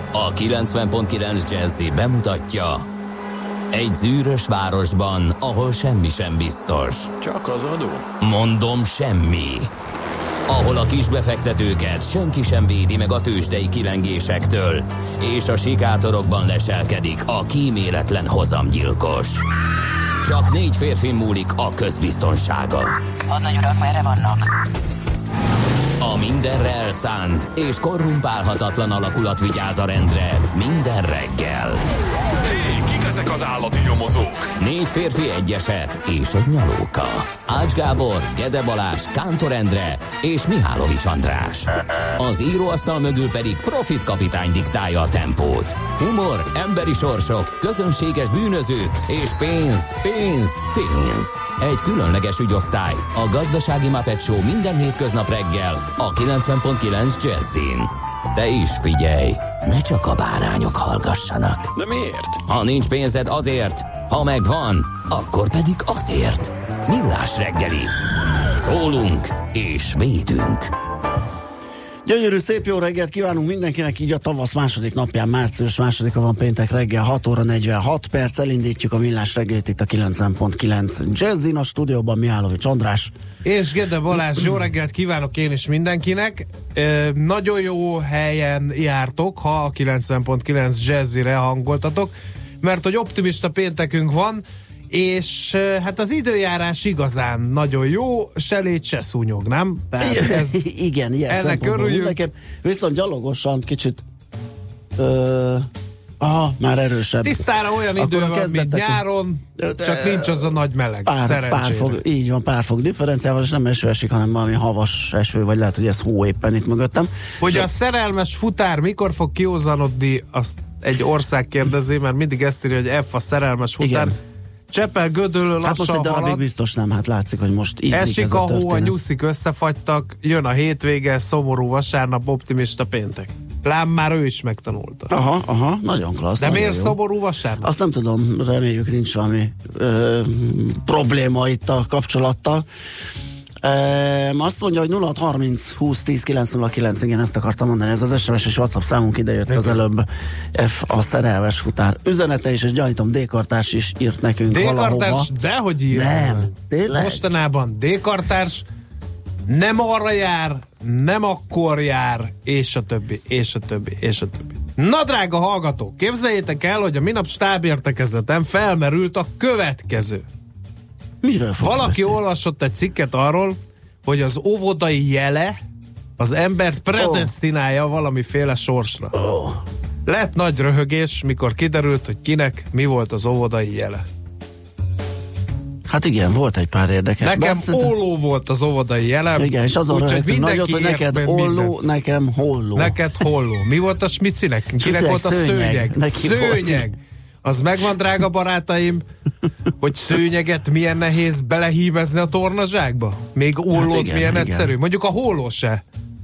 A 90.9 Jazzy bemutatja: egy zűrös városban, ahol semmi sem biztos. Csak az adó? Mondom, semmi. Ahol a kisbefektetőket senki sem védi meg a tőzsdei kilengésektől, és a sikátorokban leselkedik a kíméletlen hozamgyilkos. Csak 4 férfin múlik a közbiztonsága. Hadnagy urak, merre vannak? A mindenre elszánt és korrumpálhatatlan alakulat vigyáz a rendre minden reggel. Hé, kik ezek az állati nyomozók? 4 férfi, egy eset és egy nyalóka. Ács Gábor, Gede Balázs, Kántor Endre és Mihálovics András. Az íróasztal mögül pedig Profit kapitány diktálja a tempót. Humor, emberi sorsok, közönséges bűnözők és pénz, pénz, pénz. Egy különleges ügyosztály, a Gazdasági Muppet Show minden hétköznap reggel a 90.9 Jazzyn. De is figyelj, ne csak a bárányok hallgassanak. De miért? Ha nincs pénzed, azért, ha megvan, akkor pedig azért. Millás reggeli. Szólunk és védünk. Gyönyörű, szép jó reggelt kívánunk mindenkinek, így a tavasz második napján, március 2-a van, péntek reggel 6 óra 46 perc, elindítjuk a Millás reggelit itt a 90.9 Jazzyn, a stúdióban Mihálovics András. És Gede Balázs, jó reggelt kívánok én is mindenkinek. Nagyon jó helyen jártok, ha a 90.9 Jazzyre hangoltatok, mert hogy optimista péntekünk van, és hát az időjárás igazán nagyon jó, se légy, se szúnyog, nem? Igen, ilyen ennek örüljünk. Viszont gyalogosan kicsit már erősebb. Tisztára olyan idő van, mint nyáron, csak nincs az a nagy meleg, szerencsére. Így van, pár fok differenciával, és nem eső esik, hanem valami havas eső, vagy lehet, hogy ez hó éppen itt mögöttem. Hogy a szerelmes futár mikor fog kiózanodni, azt egy ország kérdezi, mert mindig ezt írja, hogy F a szerelmes futár. Igen. Csepel, Gödöllő lassan hát most egy darabig halad. Biztos nem, hát látszik, hogy most ízik esik ez a történet. hó, a nyuszik összefagytak, jön a hétvége, szomorú vasárnap, optimista péntek. Lám már ő is megtanulta. Aha, nagyon klassz. De nagyon miért jó. szomorú vasárnap? Azt nem tudom, reméljük nincs valami probléma itt a kapcsolattal. Azt mondja, hogy 0630 20 10 909, igen, ezt akartam mondani, ez az SMS és WhatsApp számunk, idejött az előbb F a szerelmes futár üzenete is, és gyanítom D-kartárs is írt nekünk valahova. D-kartárs, dehogy ír. Nem, tényleg? Mostanában D-kartárs nem arra jár, nem akkor jár, és a többi, és a többi, és a többi. Na, drága hallgatók, képzeljétek el, hogy a minap stábértekezleten felmerült a következő. Miről fogsz Valaki beszélni? olvasott egy cikket arról, hogy az óvodai jele az embert predesztinálja valamiféle sorsra. Lett nagy röhögés, mikor kiderült, hogy kinek mi volt az óvodai jele. Hát igen, volt egy pár érdekes. Nekem olló volt az óvodai jelem. Igen, és azon röhögtünk nagyot, hogy neked olló, nekem holló. Neked holló. Mi volt a smicinek? Kinek volt a szőnyeg? Szőnyeg. Az megvan, drága barátaim, hogy szőnyeget milyen nehéz belehímezni a tornazsákba? Még ollót hát igen, milyen egyszerű? Mondjuk a holló se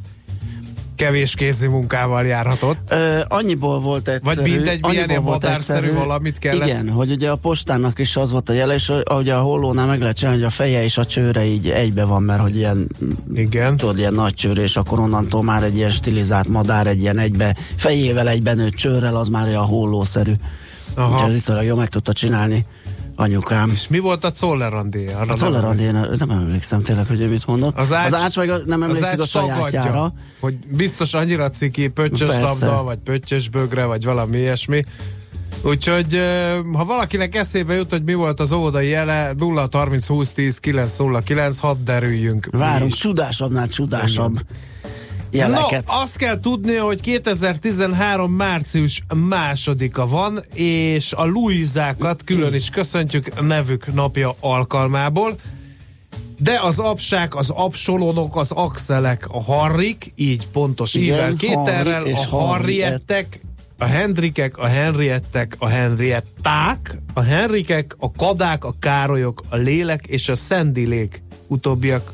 kevés kézi munkával járhatott. Annyiból volt egyszerű. Vagy mindegy, milyen ilyen madárszerű valamit kellett. Igen, hogy ugye a postának is az volt a jele, és ugye a hollónál meg lehet csinálni, hogy a feje és a csőre így egybe van, mert hogy ilyen, igen. Tudod, ilyen nagy csőr, és akkor onnantól már egy ilyen stilizált madár, egy ilyen egybe, fejével egyben nőtt csőrrel, az már olyan hollószerű. Úgyhogy viszonylag jól meg tudta csinálni anyukám. És mi volt a Czollerandi? A Czollerandi, nem emlékszem tényleg, hogy ő mit mondott. Az Ács meg nem emlékszik a sajátjára. Tagadja, hogy biztos annyira ciki, pöttyös labda, vagy pöttyös bögre, vagy valami ilyesmi. Úgyhogy ha valakinek eszébe jut, hogy mi volt az óvodai jele, 0-30 20 10 909, hadd derüljünk. Várunk, csudásabbnál csudásabb. Igen. Jeleket. No, azt kell tudni, hogy 2013 március 2-a van, és a Luizákat külön is köszöntjük nevük napja alkalmából, de az apsák, az absolonok, az axelek, a harrik, így pontos ível kéterrel, a harriettek, a Hendrikek, a Henriettek, a Henrietták, a Henrikek, a Kadák, a Károlyok, a Lélek és a Szendilék. Utóbbiak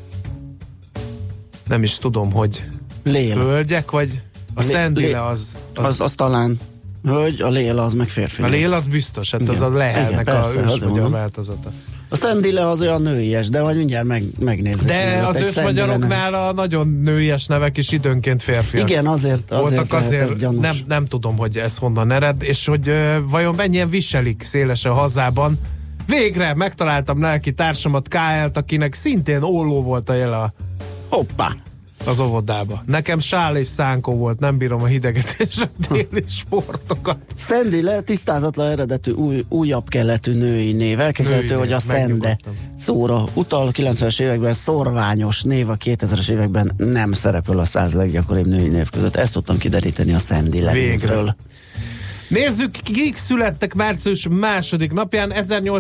nem is tudom, hogy hölgyek, vagy a Szendile az talán hölgy, a Léla az meg férfi. A Léla az biztos, hát igen. Az a lehelnek a ősmagyar változata. A Szendile az olyan nőies, de majd mindjárt megnézzük. De az ősmagyaroknál a nagyon nőies nevek is időnként férfiak. Igen, azért voltak, azért nem tudom, hogy ez honnan ered, és hogy vajon mennyien viselik széles a hazában. Végre megtaláltam lelki társamat, KL-t, akinek szintén olló volt a jele hoppá! Az óvodába. Nekem sál és szánkó volt, nem bírom a hideget és a téli sportokat. Szendile tisztázatlan eredetű újabb keletű női név. Elképzelhető, hogy a Szende szóra utal. 90-es években szorványos név, a 2000-es években nem szerepel a 100 leggyakoribb női név között. Ezt tudtam kideríteni a Szendile névről. Nézzük, kik születtek március 2. napján.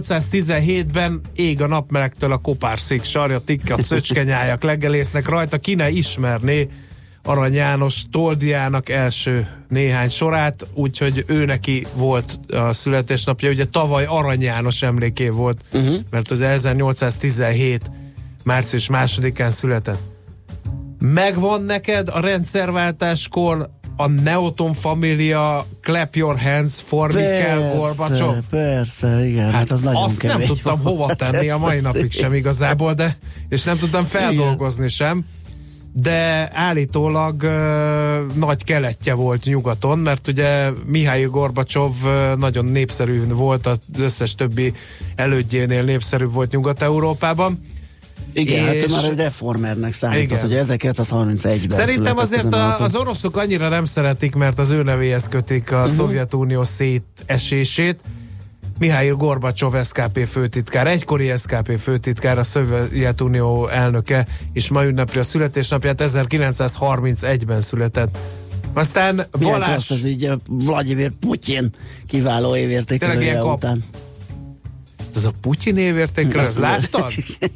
1817-ben ég a napmelegtől a kopárszék sarja, tikkat, szöcskenyájak leggelésznek rajta. Ki ne ismerné Arany János Toldiának első néhány sorát, úgyhogy ő neki volt a születésnapja. Ugye tavaly Arany János emlékév volt, mert az 1817 március 2-án született. Megvan neked a rendszerváltáskor a Neoton Família Clap Your Hands for Mikhail Gorbacsov? Persze, igen. Hát az nagyon azt kemény. Nem tudtam hova tenni a mai napig sem igazából, de és nem tudtam feldolgozni sem, de állítólag nagy keletje volt nyugaton, mert ugye Mihail Gorbacsov nagyon népszerű volt, az összes többi elődjénél népszerűbb volt Nyugat-Európában. Igen, hát ő már egy reformernek számított, ugye 1931-ben szerintem azért az oroszok annyira nem szeretik, mert az ő nevéhez kötik a Szovjetunió szétesését. Mihail Gorbacsov SKP főtitkár, egykori SKP főtitkár, a Szovjetunió elnöke, és ma ünnepli a születésnapját, 1931-ben született. Aztán Balázs... ez így Vladimir Putyin kiváló évértékelője után. Ez a Putyin évértékelő, láttad?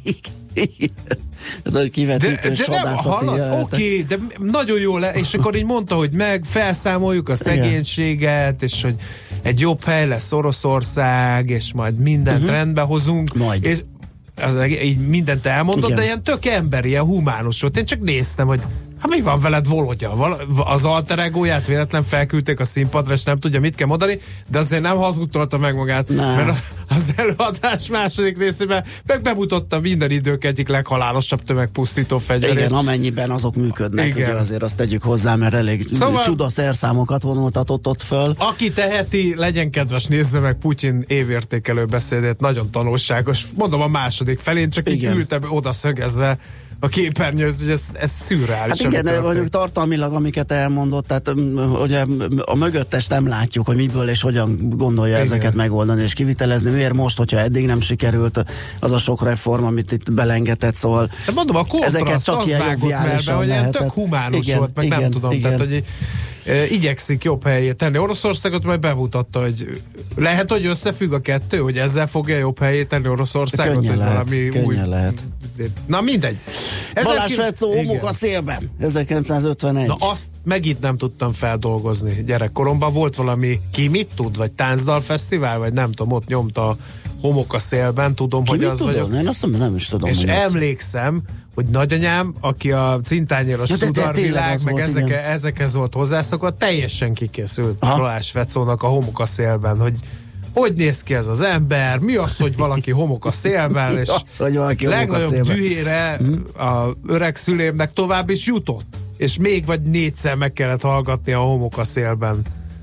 De kivetítős hadászati. Oké, de nagyon jó és akkor így mondta, hogy felszámoljuk a szegénységet, és hogy egy jobb hely lesz Oroszország, és majd mindent rendbe hozunk. Majd. És így mindent elmondott, de ilyen tök emberi, ilyen humánus volt. Én csak néztem, hogy mi van veled, Volodya? Az alter egóját véletlen felküldték a színpadra, és nem tudja, mit kell mondani, de azért nem hazudtolta meg magát, mert az előadás második részében meg bemutatta minden idők egyik leghalálosabb tömegpusztító fegyverét. Igen, amennyiben azok működnek, ugye azért azt tegyük hozzá, mert elég csuda szerszámokat vonultatott ott föl. Aki teheti, legyen kedves, nézze meg Putyin évértékelő beszédét, nagyon tanulságos. Mondom a második felén, csak így ültem oda szögezve a képernyőz, hogy ez szürreális. Hát igen, mondjuk tartalmilag, amiket elmondott, tehát ugye a mögöttest nem látjuk, hogy miből és hogyan gondolja ezeket megoldani és kivitelezni. Miért most, hogyha eddig nem sikerült az a sok reform, amit itt belengetett, szóval hát mondom, a kontraszt az vágott merbe, hogy ilyen tök humánus volt, meg nem tudom, tehát hogy igyekszik jobb helyét tenni. Oroszországot majd bemutatta, hogy lehet, hogy összefügg a kettő, hogy ezzel fogja jobb helyét tenni Oroszországot, könnyen hogy lehet, valami új... lehet. Na mindegy. Balázs Fecó, homok a szélben, 1951. Na azt megint nem tudtam feldolgozni gyerekkoromban. Volt valami, ki mit tud, vagy táncdalfesztivál, vagy nem tudom, ott nyomta a homok a szélben, tudom, ki hogy az tudom? vagyok. Én azt nem is tudom. És emlékszem, hogy nagyanyám, aki a cintányéros szudarvilág, meg ezekhez volt hozzászokva, teljesen kikészült Balázs Fecónak a homok a szélben, hogy néz ki ez az ember, mi az, hogy valaki homok a szélben, és az, hogy legnagyobb dühére a öreg szülémnek tovább is jutott. És még vagy 4-szer meg kellett hallgatni a homok a szélben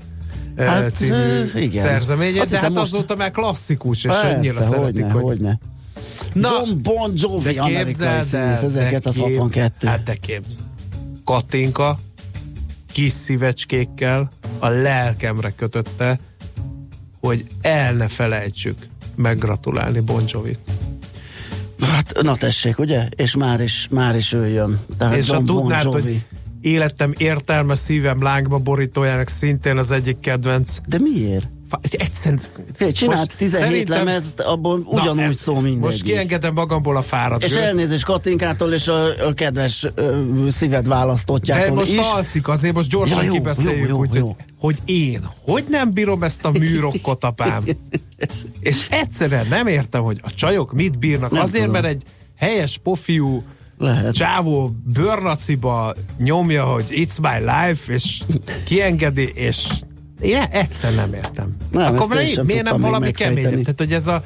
című szerzeményét, de hát azóta már klasszikus, és annyira szeretik, hogyne. John Bon Jovi, amerikai színész, 1962. Hát de képzel. Katinka kis szívecskékkel a lelkemre kötötte, hogy el ne felejtsük meggratulálni Bon Jovit. Hát, na tessék, ugye? És már is ő jön. Tehát és ha tudnád, hogy életem értelme szívem lángba borítójának szintén az egyik kedvenc. De miért? Egyszerűen csinált 17 lemezt, abból ugyanúgy szó mindegy. Most kiengedem magamból a fáradt és gőzt. elnézést Katinkától és a kedves szíved választottjától. De most is. Alszik, azért most gyorsan kibeszéljük, hogy én hogy nem bírom ezt a műrokkot, apám. És egyszerűen nem értem, hogy a csajok mit bírnak. Nem azért, tudom. Mert egy helyes pofiú csávó bőrnaciba nyomja, hogy it's my life, és kiengedi, és én egyszer nem értem. Nem, akkor miért nem valami keményebb? Tehát, hogy ez a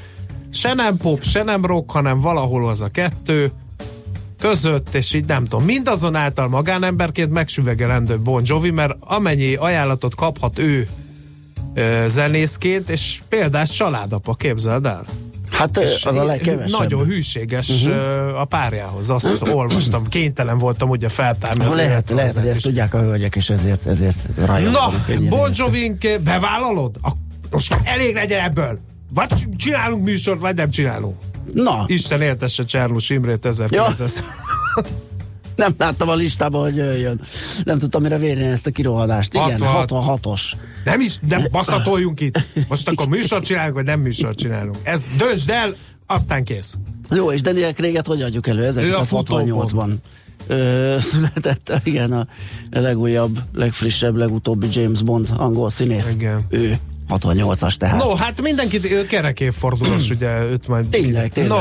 se nem pop, se nem rock, hanem valahol az a kettő között, és így nem tudom, mindazonáltal magánemberként megsüvegelendő Bon Jovi, mert amennyi ajánlatot kaphat ő zenészként, és példás családapa, képzeld el. Hát az a legkevesebb. Nagyon hűséges a párjához, azt olvastam, kénytelen voltam ugye feltárni. Lehet, hogy ezt tudják a hölgyek, és ezért rajongnak. Na, Bon Jovink, bevállalod? Most már elég legyen ebből. Vagy csinálunk műsort, vagy nem csinálunk. Na. Isten éltesse Csárlus Imrét 1900. Nem láttam a listában, hogy jöjjön. Nem tudtam mire vérni ezt a kirohadást. Igen, 66-os. Nem baszatoljunk itt. Most akkor műsort csinálunk, vagy nem műsort csinálunk. Ezt döntsd el, aztán kész. Jó, és Daniel Craig-et hogy adjuk elő? 1968-ban született, igen, a legújabb, legfrissebb, legutóbbi James Bond angol színész. Igen. Ő 68-as tehát. No, hát mindenkit kerek évfordulós, ugye őt majd... Tényleg. No,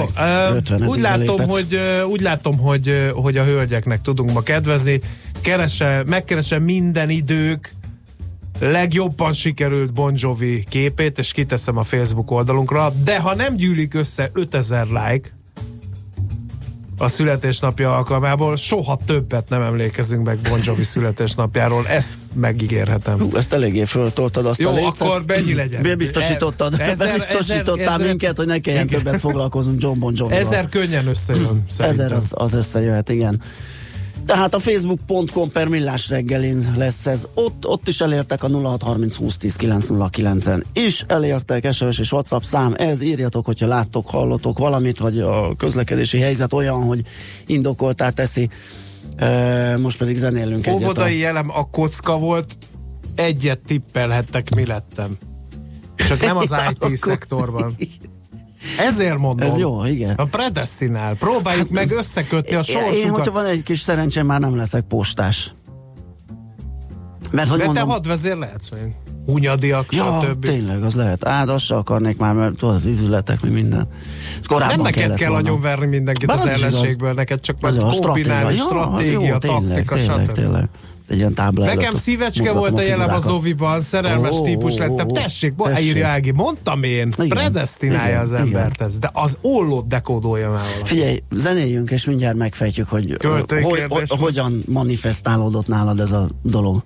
úgy látom, hogy a hölgyeknek tudunk ma kedvezni. Megkeresem minden idők legjobban sikerült Bon Jovi képét, és kiteszem a Facebook oldalunkra, de ha nem gyűlik össze 5000 like a születésnapja alkalmából, soha többet nem emlékezünk meg Bon Jovi születésnapjáról, ezt megígérhetem. Ezt eléggé föltoltad azt jó, a lécet. Jó, akkor mennyi legyen? Bebiztosítottál minket, hogy ne kelljen többet foglalkozunk John Bon Jovival. 1000 könnyen összejön. 1000 az összejöhet, igen. Tehát a facebook.com per Millás reggelin lesz ez. Ott is elértek a 063020100909-en is elértek SMS és WhatsApp szám. Ez írjatok, hogyha láttok, hallotok valamit, vagy a közlekedési helyzet olyan, hogy indokoltá teszi. Most pedig zenélünk egyet. Óvodai jelem a kocka volt, egyet tippelhettek, mi lettem. Csak nem az IT szektorban. Ezért mondom. Ez jó, igen. A predestinál. Próbáljuk meg összekötni a sorsunkat. Én, hogyha van egy kis szerencsém, már nem leszek postás. Mert, hogy de mondom, te hadvezér lehetsz, vagy hunyadiak, ja, stb. Tényleg, az lehet. Azt se akarnék már, mert tudod, az ízületek, meg minden. Nem neked kell agyonverni mindenkit az ellenségből, neked csak majd kombinálni, stratégia, taktika, stb. Egy ilyen tábla. Nekem szívecske volt a jelem az Oviban, szerelmes típus lettem. Tessék, írja Ági, mondtam én, predestinálja az embert ez, de az ollót dekódolja már valami. Figyelj, zenéljünk, és mindjárt megfejtjük, hogy hogyan manifestálódott nálad ez a dolog.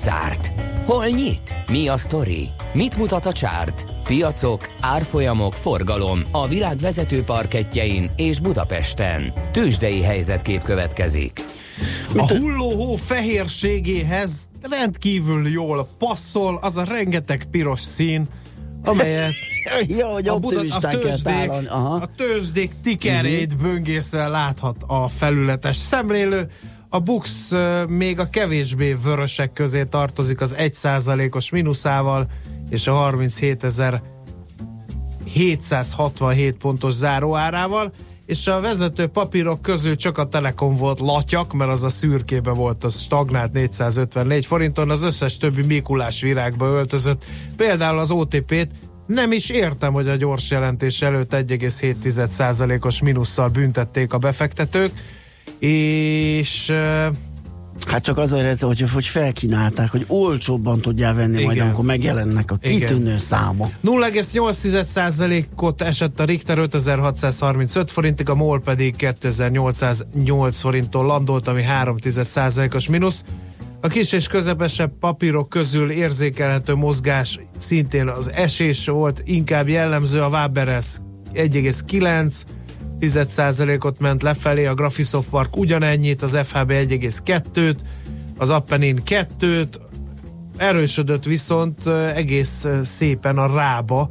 zárt? Hol nyit? Mi a sztori? Mit mutat a csárt? Piacok, árfolyamok, forgalom a világ vezető parkettjein és Budapesten. Tőzsdei helyzetkép következik. A hullóhó fehérségéhez rendkívül jól passzol az a rengeteg piros szín, amelyet ja, hogy a tőzsdék tikerét böngészen láthat a felületes szemlélő. A BUX még a kevésbé vörösek közé tartozik az 1%-os mínuszával, és a 37.767 pontos záróárával, és a vezető papírok közül csak a Telekom volt latyak, mert az a szürkébe volt, az stagnált 454 forinton, az összes többi Mikulás virágba öltözött. Például az OTP-t nem is értem, hogy a gyors jelentés előtt 1,7%-os mínusszal büntették a befektetők, és hát csak az a része, hogy felkínálták, hogy olcsóbban tudjál venni, igen, majd amikor megjelennek a kitűnő számok. 0,8%-ot esett a Richter 5635 forintig, a MOL pedig 2808 forinttól landolt, ami 3,1%-os mínusz. A kis és közepesebb papírok közül érzékelhető mozgás szintén az esés volt, inkább jellemző, a Waberers 1,9%-ot ment lefelé, a Graphisoft Park ugyanennyit, az FHB 1,2-t, az Appenin 2-t, erősödött viszont egész szépen a Rába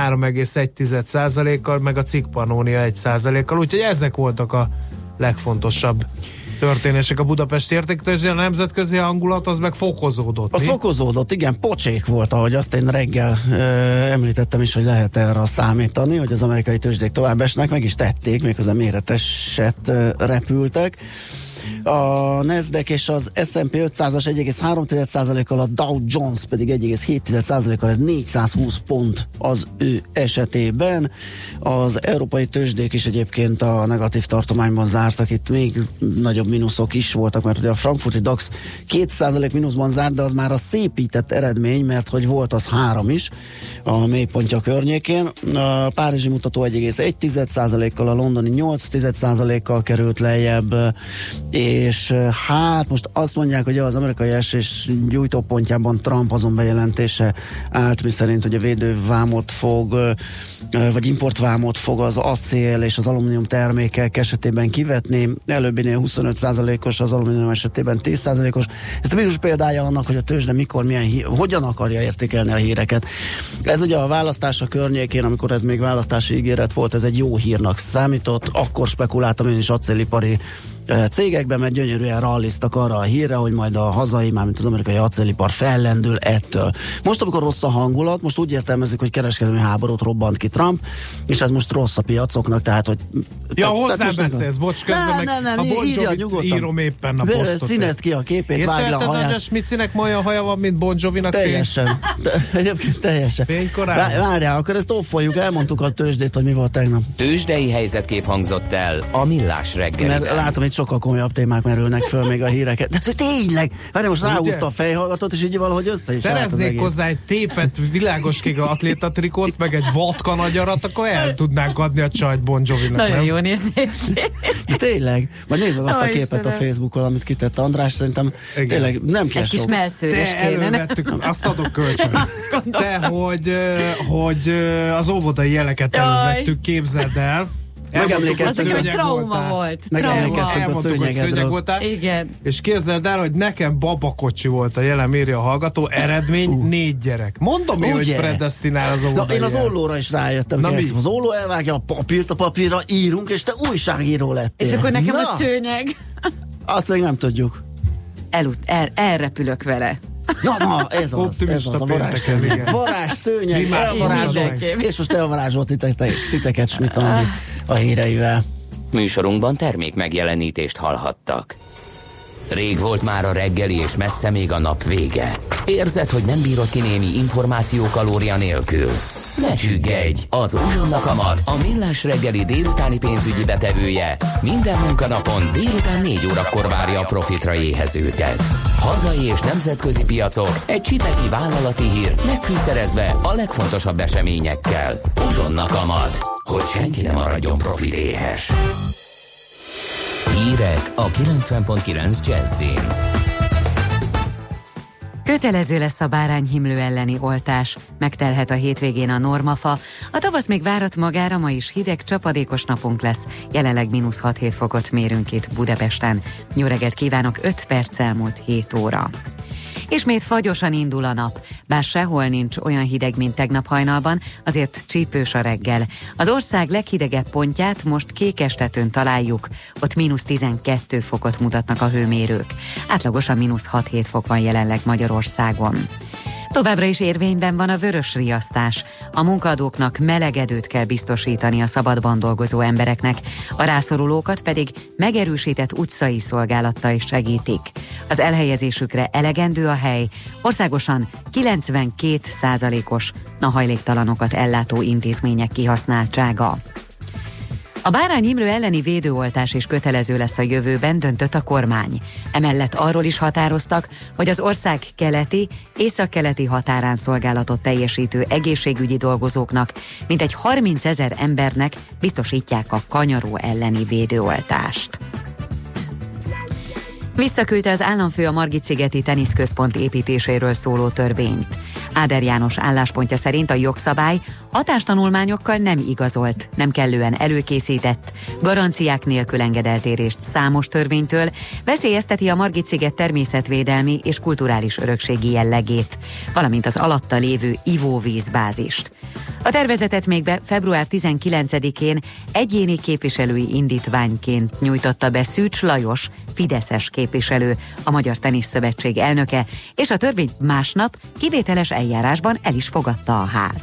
3,1%-kal, meg a Cikk Pannonia 1%-kal, úgyhogy ezek voltak a legfontosabb történések a budapesti értéktőzsdén. A nemzetközi hangulat az meg fokozódott. Az fokozódott, igen, pocsék volt, ahogy azt én reggel említettem is, hogy lehet erre számítani, hogy az amerikai tőzsdék tovább esnek, meg is tették, méghozzá méreteset repültek. A Nasdaq és az S&P 500-as 1,3%-kal, a Dow Jones pedig 1,7%-kal, ez 420 pont az ő esetében. Az európai tőzsdék is egyébként a negatív tartományban zártak, itt még nagyobb mínuszok is voltak, mert ugye a frankfurti DAX 2% mínuszban zárt, de az már a szépített eredmény, mert hogy volt az 3 is a mélypontja környékén. A párizsi mutató 1,1%-kal, a londoni 8%-kal került lejjebb, és hát most azt mondják, hogy az amerikai esés gyújtópontjában Trump azon bejelentése állt, miszerint hogy a védővámot fog, vagy importvámot fog az acél és az alumínium termékek esetében kivetni, előbbinél 25%-os, az alumínium esetében 10%-os. Ez a vírus példája annak, hogy a tőzsde mikor, hogyan akarja értékelni a híreket. Ez ugye a választása környékén, amikor ez még választási ígéret volt, ez egy jó hírnak számított, akkor spekuláltam én is acélipari cégekben, mert gyönyörűen ralliztak arra a hírre, hogy majd a hazai, mármint az amerikai acélipar fellendül ettől. Most, amikor rossz a hangulat, most úgy értelmezik, hogy kereskedelmi háborút robbant ki Trump, és ez most rossz a piacoknak, tehát, hogy... Ja, hozzá beszélsz, bocs, közben meg a Bon Jovit írom éppen a posztot. Színezd ki a képét, vágd le a haját. És Smicinek ma olyan haja van, mint Bon Jovinak? Teljesen. Egyébként teljesen. Fénykorában. Várjál, akkor ezt offoljuk, elmondtuk a tőzsdét, hogy mi volt tegnap. Tőzsdei helyzetkép hangzott el a Millás reggeliben. Mert látom, itt sokkal komolyabb témák merülnek föl még a híreket. De tényleg, várjál, most ráhúzta a fejhallgatót, és így valahogy össze is szereznék hozzá egy tépet világoskék atlétatrikót, meg egy vodka nagyarat, akkor el tudnánk adni a csajt Bon Jovinak. Nagyon jól néznék ki. De tényleg, majd nézd meg azt a képet a Facebookon, amit kitett András, szerintem tényleg nem kell egy sok. Kis melszőrös kéne. Azt adok kölcsön. De hogy az óvodai jeleket elővettük, képzeld el. Megemlékeztünk, hogy trauma volt. Megemlékeztünk a szőnyegedről. Igen. És képzeld el, hogy nekem babakocsi volt a jelen, írja a hallgató, eredmény 4 gyerek. Mondom én, hogy predesztinál az óvodai. Na, én az ollóra is rájöttem. Az olló elvágja a papírt, a papírra írunk, és te újságíró lettél. És akkor nekem a szőnyeg. Azt még nem tudjuk. Elrepülök vele. Na, ez az a varázs szőnyeg, elvarázsolt, és most elvarázsolt titeket Schmidt Andi a híreivel. Műsorunkban termék megjelenítést hallhattak. Rég volt már a reggeli, és messze még a nap vége. Érzed, hogy nem bírod ki némi információkalória nélkül? Ne csüggedj! Az Uzsonna Kamat, a Millás reggeli délutáni pénzügyi betevője minden munkanapon délután 4 órakor várja a profitra éhezőket. Hazai és nemzetközi piacok, egy csipeki vállalati hír megfűszerezve a legfontosabb eseményekkel. Uzsonna Kamat, hogy senki ne maradjon profit éhes. Hírek a 90.9 Jazzin. Kötelező lesz a bárányhimlő elleni oltás, megtelhet a hétvégén a normafa, a tavasz még várat magára, ma is hideg, csapadékos napunk lesz, jelenleg -6-7 fokot mérünk itt Budapesten. Jó reggelt kívánok, 5 perc elmúlt 7 óra. Ismét fagyosan indul a nap, bár sehol nincs olyan hideg, mint tegnap hajnalban, azért csípős a reggel. Az ország leghidegebb pontját most Kékestetőn találjuk, ott -12 fokot mutatnak a hőmérők. Átlagosan -6-7 fok van jelenleg Magyarországon. Továbbra is érvényben van a vörös riasztás. A munkaadóknak melegedőt kell biztosítani a szabadban dolgozó embereknek, a rászorulókat pedig megerősített utcai szolgálattal is segítik. Az elhelyezésükre elegendő a hely, országosan 92%-os a hajléktalanokat ellátó intézmények kihasználtsága. A bárányimlő elleni védőoltás is kötelező lesz a jövőben, döntött a kormány. Emellett arról is határoztak, hogy az ország keleti, északkeleti határán szolgálatot teljesítő egészségügyi dolgozóknak mintegy 30 000 embernek biztosítják a kanyaró elleni védőoltást. Visszaküldte az államfő a Margit-szigeti teniszközpont építéséről szóló törvényt. Áder János álláspontja szerint a jogszabály hatástanulmányokkal nem igazolt, nem kellően előkészített, garanciák nélkül engedeltérést számos törvénytől, veszélyezteti a Margit-sziget természetvédelmi és kulturális örökségi jellegét, valamint az alatta lévő ivóvízbázist. A tervezetet még február 19-én egyéni képviselői indítványként nyújtotta be Szűcs Lajos, fideszes képviselő, a Magyar Teniszszövetség elnöke, és a törvényt másnap kivételes eljárásban el is fogadta a ház.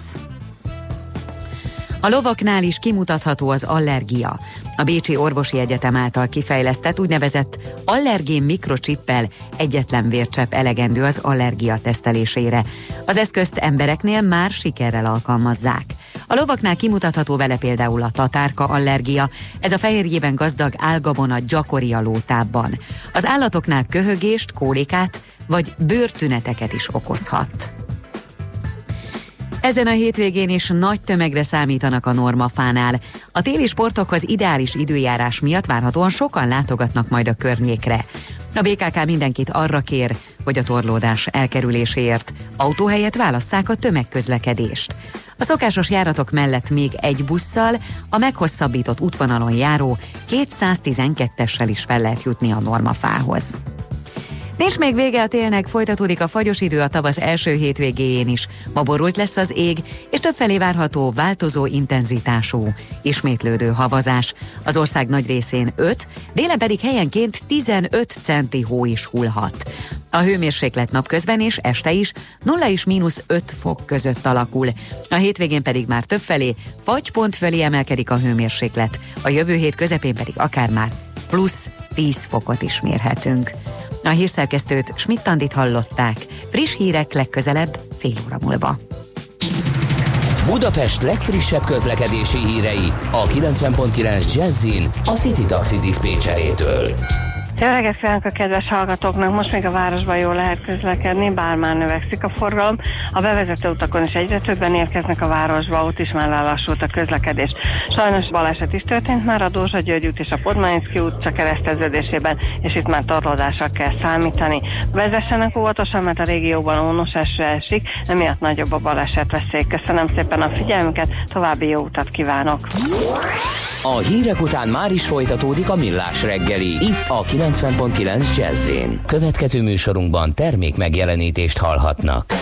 A lovaknál is kimutatható az allergia. A Bécsi Orvosi Egyetem által kifejlesztett úgynevezett allergén mikrocsippel egyetlen vércsepp elegendő az allergia tesztelésére. Az eszközt embereknél már sikerrel alkalmazzák. A lovaknál kimutatható vele például a tatárka allergia, ez a fehérjében gazdag álgabona gyakori a lótábban. Az állatoknál köhögést, kólikát vagy bőrtüneteket is okozhat. Ezen a hétvégén is nagy tömegre számítanak a normafánál. A téli sportokhoz ideális időjárás miatt várhatóan sokan látogatnak majd a környékre. A BKK mindenkit arra kér, hogy a torlódás elkerüléséért autóhelyett válasszák a tömegközlekedést. A szokásos járatok mellett még egy busszal, a meghosszabbított útvonalon járó 212-essel is fel lehet jutni a normafához. Nincs még vége a télnek, folytatódik a fagyos idő a tavasz első hétvégéjén is. Ma borult lesz az ég, és többfelé várható változó intenzitású, ismétlődő havazás. Az ország nagy részén 5, délen pedig helyenként 15 centi hó is hullhat. A hőmérséklet napközben és este is 0 és -5 fok között alakul. A hétvégén pedig már többfelé fagypont fölé emelkedik a hőmérséklet. A jövő hét közepén pedig akár már +10 fokot is mérhetünk. A hírszerkesztőt, Schmidt-Andit hallották. Friss hírek legközelebb fél óra múlva. Budapest legfrissebb közlekedési hírei a 90.9 Jazzin a City Taxi diszpécserétől. Jó reggelt kívánok a kedves hallgatóknak! Most még a városban jól lehet közlekedni, bár már növekszik a forgalom. A bevezető utakon is egyre többen érkeznek a városba, ott is már lelassult a közlekedés. Sajnos baleset is történt már a Dózsa-György út és a Podmaniczky utca kereszteződésében, és itt már torlódásra kell számítani. Vezessenek óvatosan, mert a régióban ónos eső esik, emiatt nagyobb a baleset veszély. Köszönöm szépen a figyelmüket, további jó utat kívánok! A hírek után már is folytatódik a Millás reggeli, itt a 90.9 Jazz-én. Következő műsorunkban termék megjelenítést hallhatnak.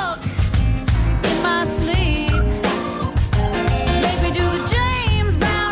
James Brown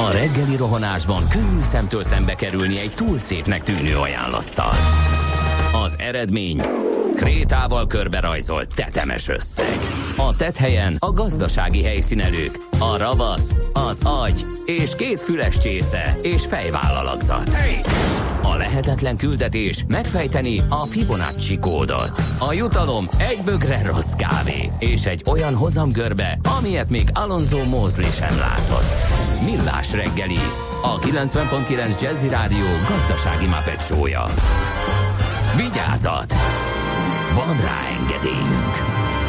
A reggeli rohanásban könnyű szemtől szembe kerülni egy túl szépnek tűnő ajánlattal. Az eredmény krétával körberajzolt tetemes összeg. A tetthelyen a gazdasági helyszínelők, a ravasz, az agy és 2 füles csésze és fejvállalakzat. A lehetetlen küldetés megfejteni a Fibonacci kódot. A jutalom egy bögre rossz kávé és egy olyan hozamgörbe, amilyet még Alonso Mosley sem látott. Millás reggeli, a 90.9 Jazzy Rádió gazdasági Muppet show-ja. Vigyázat! Van rá engedélyünk!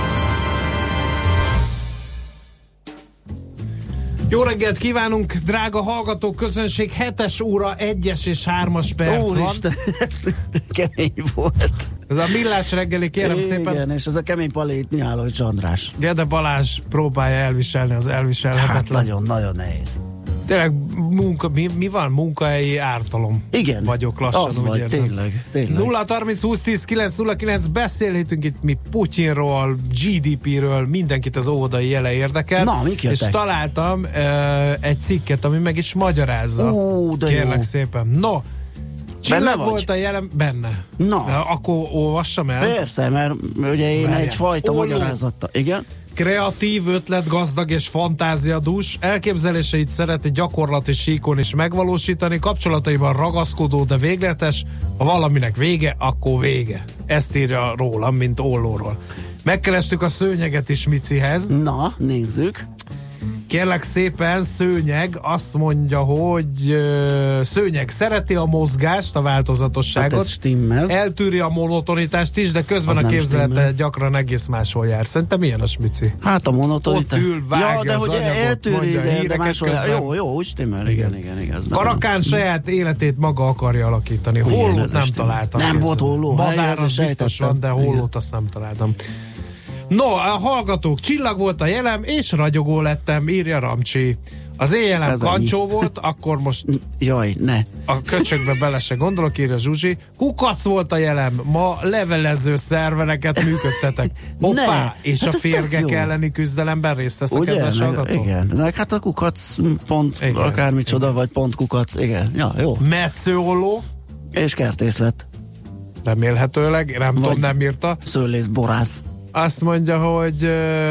Jó reggelt kívánunk, drága hallgatók, közönség, 7 óra 1-es és 3-as perc van. Úristen, ez kemény volt. Ez a Millás reggeli, kérem igen, szépen. Igen, és ez a kemény palét Mihálovics András. Gede Balázs próbálja elviselni az elviselhetetlen. Hát nagyon-nagyon nehéz. Tényleg mi van? Munkahelyi ártalom. Igen. Vagyok lassan, az úgy vagy, érzem. tényleg. 0-30-20-10-9-09 beszélhetünk itt mi Putyinról, GDP-ről, mindenkit az óvodai jele érdekel. Na, mik jöttek? És találtam egy cikket, ami meg is magyarázza. De kérlek jó. szépen. No, csillag vagy? volt a jelen... Benne. Na. Akkor olvassam el. Persze, mert ugye én Várjál. egyfajta Olló. magyarázattal. Igen? Kreatív, ötletgazdag és fantáziadús, elképzeléseit szereti gyakorlati síkon is megvalósítani, kapcsolataiban ragaszkodó, de végletes, ha valaminek vége, akkor vége. Ezt írja rólam, mint Ollóról. Megkerestük a szőnyeget is Micihez. Na, nézzük. Kérlek szépen, Szőnyeg azt mondja, hogy Szőnyeg szereti a mozgást, a változatosságot, Hát ez stimmel. eltűri a monotonitást is, de közben Az a nem képzelete stimmel. gyakran egész máshol jár. Szerintem milyen a Smici? Hát a monotonitás. Ott ül, vágja ja, de az hogy anyagot, eltűri, mondja a de híreket máshol. közben. Jó, úgy stimmel. Igen. Ez Karakán saját életét maga akarja alakítani. Igen, Hollót ez nem is találtam. nem volt képzeld. holló. Madár Hát, az ezt biztos sejtettem. van, de hollót Igen. azt nem találtam. No, a hallgatók, csillag volt a jelem, és ragyogó lettem, írja Ramcsi. Az éjjelem Ez kancsó volt, akkor most Jaj, ne. a köcsökbe bele se gondolok, írja Zsuzsi. Kukac volt a jelem, ma levelező szervereket működtetek. Hoppá, Ne, és hát a ez tök férgek jó. elleni küzdelemben részt vesz a Ugye? kedves hallgató? Igen. Meg hát a kukac pont Igen, akármicsoda, vagy pont kukac. Igen. Ja, jó. Metsző Olló, És kertészlet. remélhetőleg, nem tudom, nem írta. Szőlész borász. Azt mondja, hogy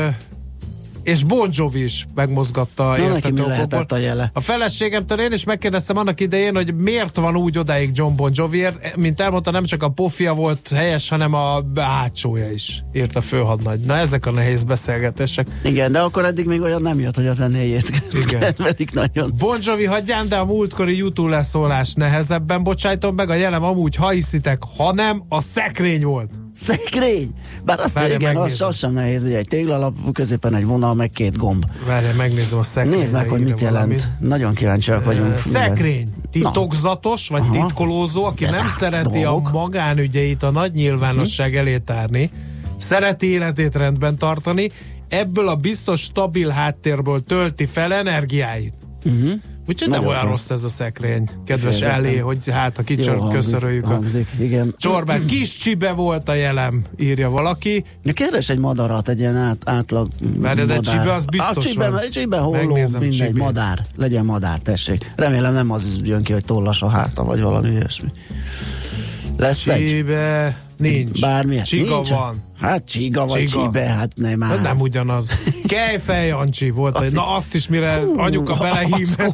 és Bon Jovi is megmozgatta Na, neki mi értető lehetett okokból. a jele? A feleségemtől én is megkérdeztem annak idején, hogy miért van úgy odáig John Bon Joviért. Mint elmondta, nem csak a pofia volt helyes, hanem a hátsója is, írt a főhadnagy. Na, ezek a nehéz beszélgetések. Igen, de akkor eddig még olyan nem jött, hogy a zenéjét Igen. kedvelik nagyon. Bon Jovi hagyján, de a múltkori YouTube leszólás nehezebben bocsájtom meg, a jelem amúgy, ha hiszitek, hanem a szekrény volt. Szekrény! Bár azt Várja, igen, megnézem. az sem nehéz, hogy egy téglalap, középen egy vonal, meg 2 gomb. Várjál, megnézem a szekrényt. Nézd meg, hogy mit jelent. Nagyon kíváncsiak vagyunk. Szekrény. Titokzatos, vagy Aha. titkolózó, aki nem Bezárt szereti dolgok. a magánügyeit a nagy nyilvánosság elé tárni, szereti életét rendben tartani, ebből a biztos stabil háttérből tölti fel energiáit. Úgyhogy nem Nagyon olyan rossz. rossz ez a szekrény, kedves Félretem. Elé, hogy hát a köszöröljük a hangzik, igen. csorbát. Kis csibe volt a jelem, írja valaki. Ja, keres egy madarat, egy ilyen átlag Várja, de madár. csibe az biztos csibe, van. Csibe, holló, Megnézem, mindegy, csibe. madár. Legyen madár, tessék. Remélem nem az jön ki, hogy tollas a háta, vagy valami ilyesmi. Lesz egy? Csibe nincs. Bármilyen. Csiga Nincs? van. Hát csiga vagy Csiga. csibe, hát nem már. Nem ugyanaz. Kejfej Jancsi volt. Az Na azt is, mire anyuka belehímezte.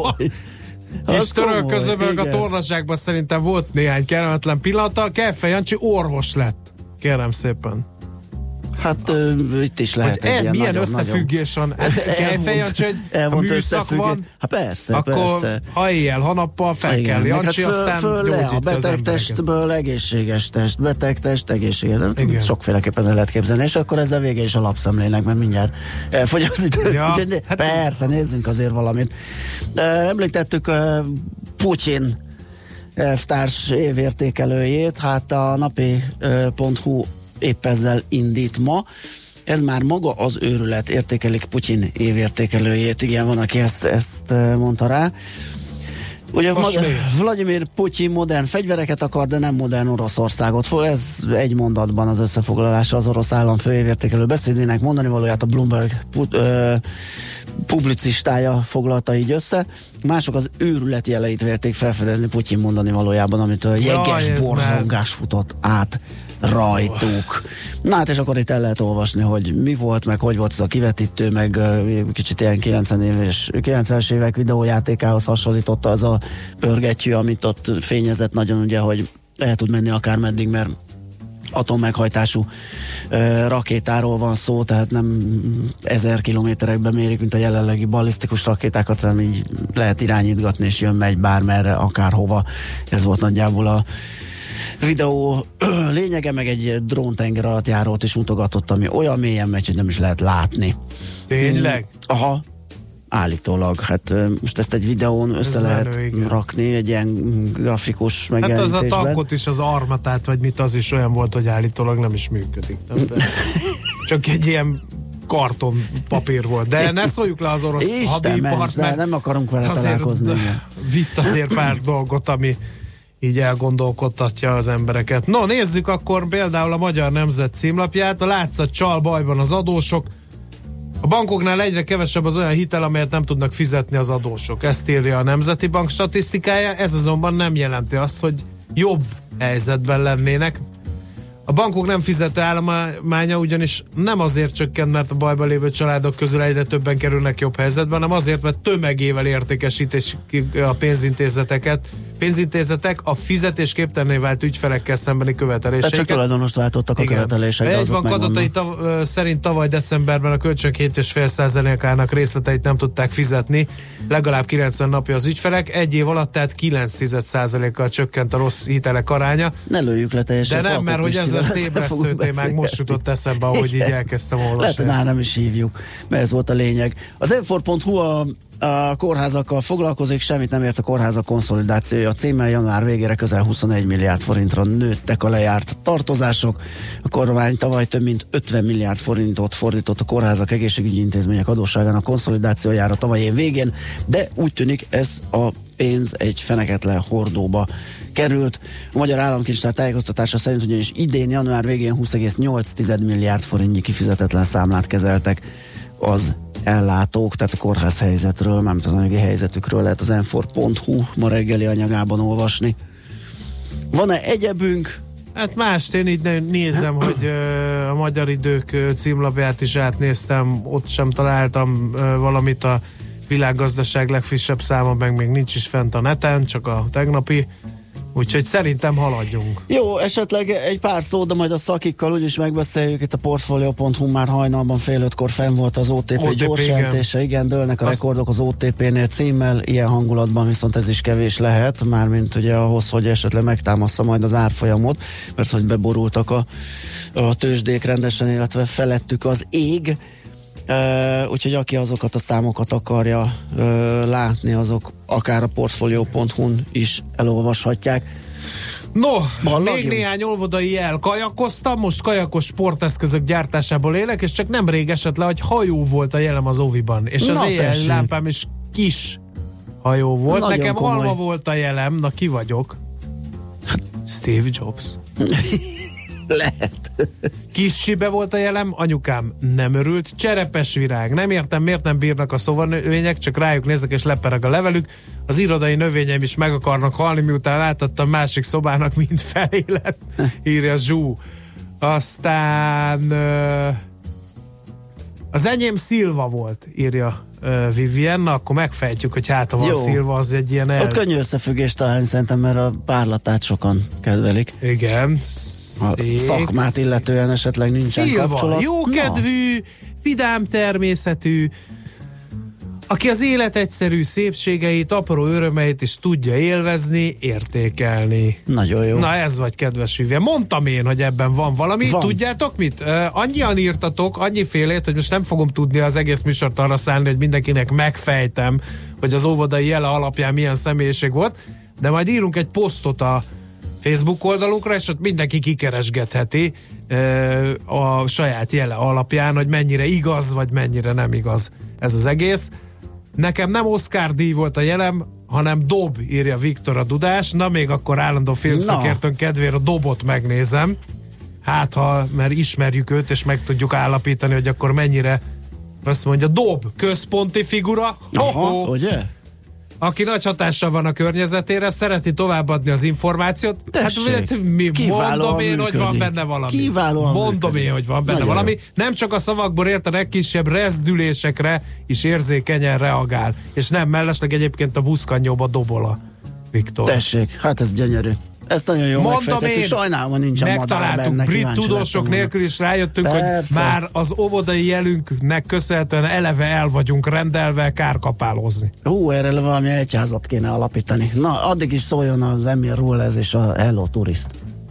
És törölközöbög a tornaságban szerintem volt néhány kellemetlen pillanata. Kejfej Jancsi orvos lett. Kérem szépen. Hát itt is lehet Hogy egy ilyen milyen nagyon, összefüggés van. Kejfej Jancsi, hogy a elmond műszak van, Hát persze, akkor persze. ha éjjel, ha nappal fel Igen, kell meg Jancsi, hát aztán föl le a gyógyítja az beteg embereket. testből egészséges test, beteg test, egészséges. Igen. Sokféleképpen el lehet képzelni, és akkor ezzel vége is a lapszemlének, mert mindjárt elfogy az idő. Ja, Úgyhogy hát- persze, nézzünk azért valamit. Említettük Putyin elvtárs évértékelőjét, hát a napi.hu épp ezzel indít ma. Ez már maga az őrület, értékelik Putyin évértékelőjét. Igen, van, aki ezt mondta rá. Ugye Vladimir Putyin modern fegyvereket akar, de nem modern Oroszországot. Ez egy mondatban az összefoglalása az orosz állam főévértékelő beszédének, mondani valóját a Bloomberg publicistája foglalta így össze. Mások az őrület jeleit vélték felfedezni Putyin mondani valójában, amitől jeges borzongás futott át rajtuk. Na hát és akkor itt el lehet olvasni, hogy mi volt, meg hogy volt ez a kivetítő, meg kicsit ilyen 90-es évek videójátékához hasonlította az a pörgettyű, amit ott fényezett nagyon, ugye, hogy el tud menni akár meddig, mert atommeghajtású rakétáról van szó, tehát nem 1000 kilométerekben mérik, mint a jelenlegi ballisztikus rakétákat, hanem így lehet irányítgatni, és jön-megy bármerre, akárhova. Ez volt nagyjából a videó lényege, meg egy dróntenger alatt járót is mutogatott, ami olyan mélyen megy, hogy nem is lehet látni. Tényleg? Aha, állítólag. Hát most ezt egy videón össze lehet rakni, egy ilyen grafikus megjelenítésben. Hát az a tankot is, az armatát, vagy mit, az is olyan volt, hogy állítólag nem is működik. Csak egy ilyen kartonpapír volt. De ne szóljuk le az orosz hadipart, mert nem akarunk vele találkozni. Vitt azért pár dolgot, ami így elgondolkodtatja az embereket. No, nézzük akkor például a Magyar Nemzet címlapját. A látszat csal, bajban az adósok. A bankoknál egyre kevesebb az olyan hitel, amelyet nem tudnak fizetni az adósok. Ezt írja a Nemzeti Bank statisztikája. Ez azonban nem jelenti azt, hogy jobb helyzetben lennének. A bankok nem fizető állománya ugyanis nem azért csökkent, mert a bajban lévő családok közül egyre többen kerülnek jobb helyzetben, hanem azért, mert tömegével értékesítés a pénzintézetek a fizetésképtelenné vált ügyfelekkel szembeni követeléseiket. Tehát csak tulajdonost váltottak a követelések. Egy bank adatai szerint tavaly decemberben a kölcsön 2,5%-ának részleteit nem tudták fizetni, legalább 90 napja az ügyfelek, egy év alatt tehát 9%-kal csökkent a rossz hitelek aránya. Ne lőjük le teljesen. De nem, mert hogy ez a szébresztő témák most jutott eszembe, ahogy így elkezdtem olvasni. Lehet, nem is hívjuk, mert ez volt a lényeg. Az Enfor.hu a kórházakkal foglalkozik, semmit nem ért a kórházak konszolidációja. A címmel január végére közel 21 milliárd forintra nőttek a lejárt tartozások. A kormány tavaly több mint 50 milliárd forintot fordított a kórházak egészségügyi intézmények adósságának konszolidációjára tavaly év végén, de úgy tűnik ez a pénz egy feneketlen hordóba került. A Magyar Államkincstár tájékoztatása szerint ugyanis idén január végén 20,8 milliárd forintnyi kifizetetlen számlát kezeltek az ellátók, tehát a kórház helyzetről, mármint az anyagi helyzetükről lehet az Enfor.hu ma reggeli anyagában olvasni. Van-e egyebünk? Hát mást én így nézem, hogy a Magyar Idők címlapját is átnéztem, ott sem találtam valamit, a világgazdaság legfrissebb száma meg még nincs is fent a neten, csak a tegnapi. Úgyhogy szerintem haladjunk. Jó, esetleg egy pár szó, de majd a szakikkal úgyis megbeszéljük. Itt a Portfolio.hu már hajnalban 4:30 fenn volt az OTP gyorsjelentése. Igen, dőlnek a rekordok az OTP-nél címmel. Ilyen hangulatban viszont ez is kevés lehet, mármint ugye ahhoz, hogy esetleg megtámassza majd az árfolyamot, mert hogy beborultak a tőzsdék rendesen, illetve felettük az ég. Úgyhogy aki azokat a számokat akarja látni, azok akár a Portfolio.hu-n is elolvashatják. No, még néhány olvodai jel. Kajakoztam, most kajakos sporteszközök gyártásából élek, és csak nemrég esett le, hogy hajó volt a jelem az oviban. És az éjjel lámpám is kis hajó volt. Nagyon nekem komoly. Alma volt a jelem, na ki vagyok? Steve Jobs. Lehet. Kis csibe volt a jelem, anyukám nem örült, cserepes virág. Nem értem, miért nem bírnak a szobanövények, csak rájuk nézek és lepereg a levelük. Az irodai növényeim is meg akarnak halni, miután átadtam másik szobának, mint felélet, írja Zsú. Aztán az enyém Szilva volt, írja Vivien, na akkor megfejtjük, hogy hát a Szilva az egy ilyen A könnyű összefüggés talán szerintem, mert a párlatát sokan kedvelik. Igen. A szakmát illetően esetleg nincsen Szilva, kapcsolat. jókedvű, vidám természetű, aki az élet egyszerű szépségeit, apró örömeit is tudja élvezni, értékelni. Nagyon jó. Na ez vagy, kedves Vivien. Mondtam én, hogy ebben van valami. Van. Tudjátok mit? Annyian írtatok, annyifélét, hogy most nem fogom tudni az egész műsort arra szállni, hogy mindenkinek megfejtem, hogy az óvodai jele alapján milyen személyiség volt, de majd írunk egy posztot a Facebook oldalunkra, és ott mindenki kikeresgetheti a saját jele alapján, hogy mennyire igaz, vagy mennyire nem igaz ez az egész. Nekem nem Oscar díj volt a jelem, hanem dob, írja Viktor a Dudás. Na, még akkor állandó filmszakértőn kedvére a dobot megnézem. Hát, mert ismerjük őt, és meg tudjuk állapítani, hogy akkor mennyire, azt mondja, dob, központi figura. Aha, ugye? Aki nagy hatással van a környezetére, szereti továbbadni az információt. Tessék, hát mondom én, hogy van benne valami. Kiválóan mondom én, hogy van benne nagyon valami. Jó. Nem csak a szavakból ért, a legkisebb rezdülésekre is érzékenyen reagál. És nem mellesleg egyébként a buszkanyóba dobol a Viktor. Tessék, hát ez gyönyörű. Ezt nagyon jól megfejtettük, sajnálom, hogy nincsen madár benne. Megtaláltuk, brit tudósok nélkül is rájöttünk, persze, hogy már az óvodai jelünknek köszönhetően eleve el vagyunk rendelve kárkapálózni. Erre valami egyházat kéne alapítani. Na, addig is szóljon az Emil Rullez és a Hello Tourist.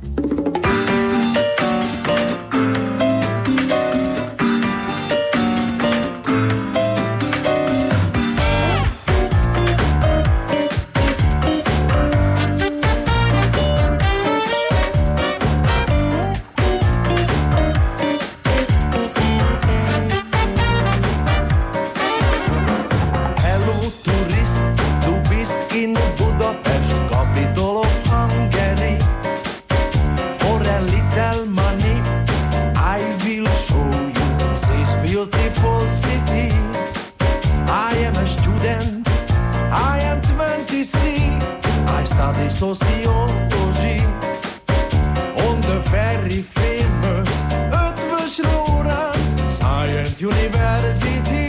Sociology on the very famous Eötvös Loránd Science University.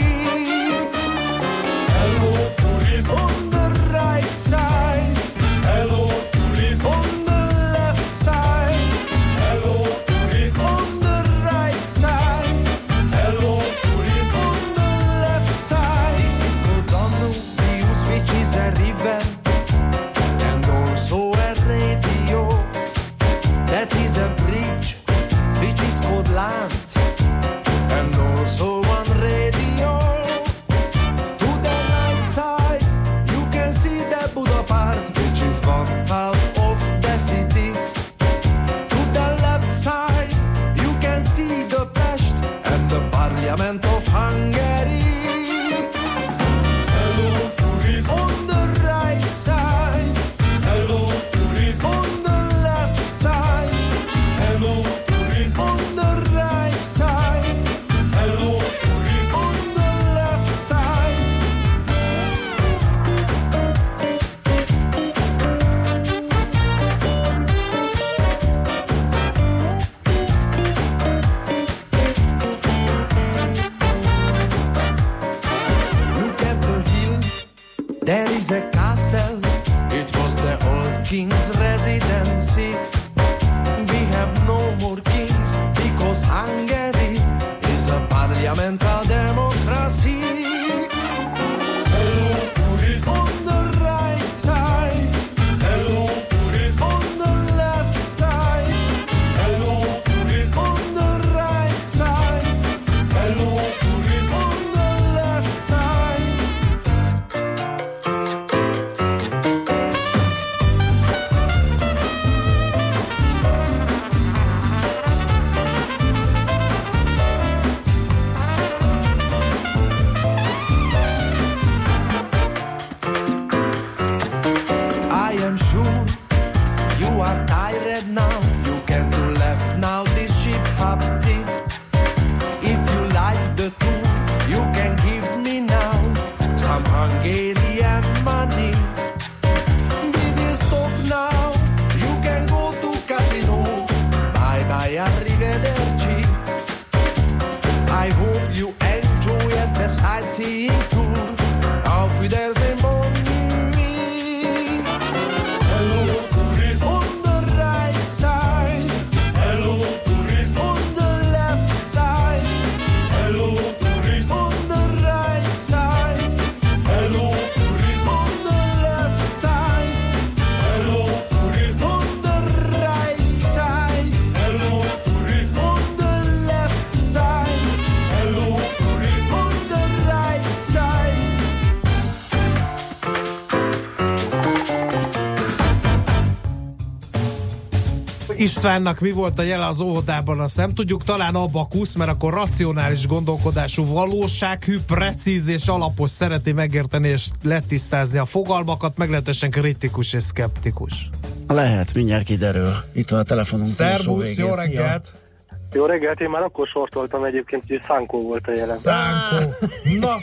Hello, tourist on the right side. Hello, tourist on the left side. Hello, tourist on the right side. Hello, tourist on the left side. This is called Danubius, which is a river. That is a bridge which is called land, and also one radio. To the right side you can see the Buda part, which is one half of the city. To the left side you can see the Pest and the Parliament of Hungary. Hello, tourist on the right side. Hello, tourist on the left side. Hello, tourist on the right side. Hello, tourist on the left side. Look at the hill, there is a castle. It was the old king's residency. We have no more kings because Hungary is a parliamentary democracy. Hello, tourist on the right side. Hello, tourist on the left side. Hello, tourist on the right side. Hello, tourist on the left side. I am sure you are tired now. You can do left now, this ship party. If you like the tour, you can give me now some Hungarian money. We will stop now. You can go to casino. Bye bye, arrivederci. I hope you enjoyed the sightseeing tour. Auf Wiedersehen, bon nuit. Hello, tourist on the right side. Hello, tourist on the left side. Hello, tourist on the right side. Hello, tourist on the left side. Hello, tourist on the right side. Hello, tourist on the left side. Hello, tourist on the right side. Istvánnak mi volt a jele az óvodában, azt nem tudjuk, talán abakusz, mert akkor racionális gondolkodású, valósághű, precíz és alapos, szereti megérteni és letisztázni a fogalmakat, meglehetősen kritikus és szkeptikus. Lehet, mindjárt kiderül. Itt van a telefonunk. Szervusz, jó reggelt! Jó reggelt, én már akkor sortoltam egyébként, hogy Szánkó volt a jelen. Szánkó. Na!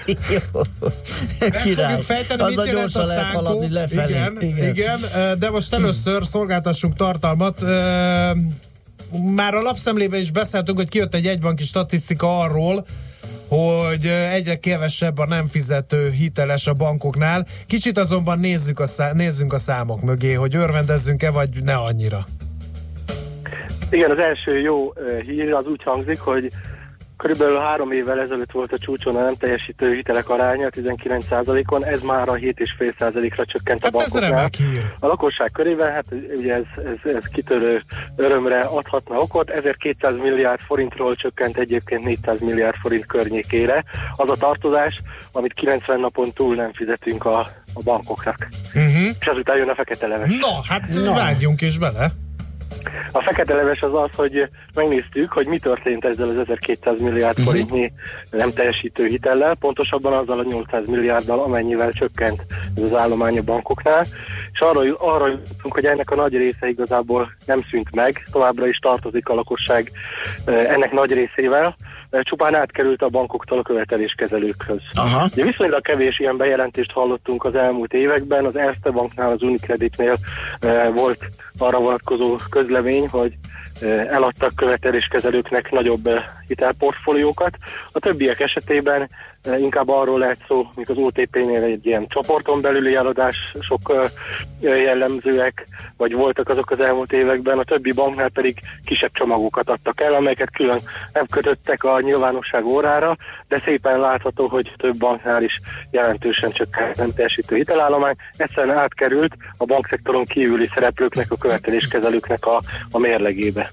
Meg fogjuk fejteni, mit jelent a Szánkó. Igen, de most először szolgáltassunk tartalmat. Már a lapszemlében is beszéltünk, hogy kijött egy egybanki statisztika arról, hogy egyre kevesebb a nem fizető hiteles a bankoknál. Kicsit azonban nézzünk a számok mögé, hogy örvendezzünk-e, vagy ne annyira. Igen, az első jó hír az úgy hangzik, hogy körülbelül 3 évvel ezelőtt volt a csúcson a nem teljesítő hitelek aránya 19%-on, ez már a 7,5%-ra csökkent a bankoknál. A lakosság körében, hát ugye ez kitörő örömre adhatna okot, 1200 milliárd forintról csökkent egyébként 400 milliárd forint környékére az a tartozás, amit 90 napon túl nem fizetünk a bankoknak. És azután jön a fekete leves. Vágjunk is bele! A fekete leves az az, hogy megnéztük, hogy mi történt ezzel az 1200 milliárd forintnyi nem teljesítő hitellel, pontosabban azzal a 800 milliárddal, amennyivel csökkent ez az állomány a bankoknál, és arra jutunk, hogy ennek a nagy része igazából nem szűnt meg, továbbra is tartozik a lakosság ennek nagy részével, csupán átkerült a bankoktól a követeléskezelőkhöz. Ugye viszonylag kevés ilyen bejelentést hallottunk az elmúlt években, az Erste Banknál, az Unicreditnél volt arra vonatkozó közlemény, hogy eladtak követeléskezelőknek nagyobb hitelportfóliókat. A többiek esetében inkább arról lehet szó, mint az OTP-nél egy ilyen csoporton belüli eladások jellemzőek, vagy voltak azok az elmúlt években, a többi banknál pedig kisebb csomagokat adtak el, amelyeket külön nem kötöttek a nyilvánosság órára, de szépen látható, hogy több banknál is jelentősen csökkent nem teljesítő hitelállomány. Egyszerűen átkerült a bankszektoron kívüli szereplőknek, a követeléskezelőknek a mérlegébe.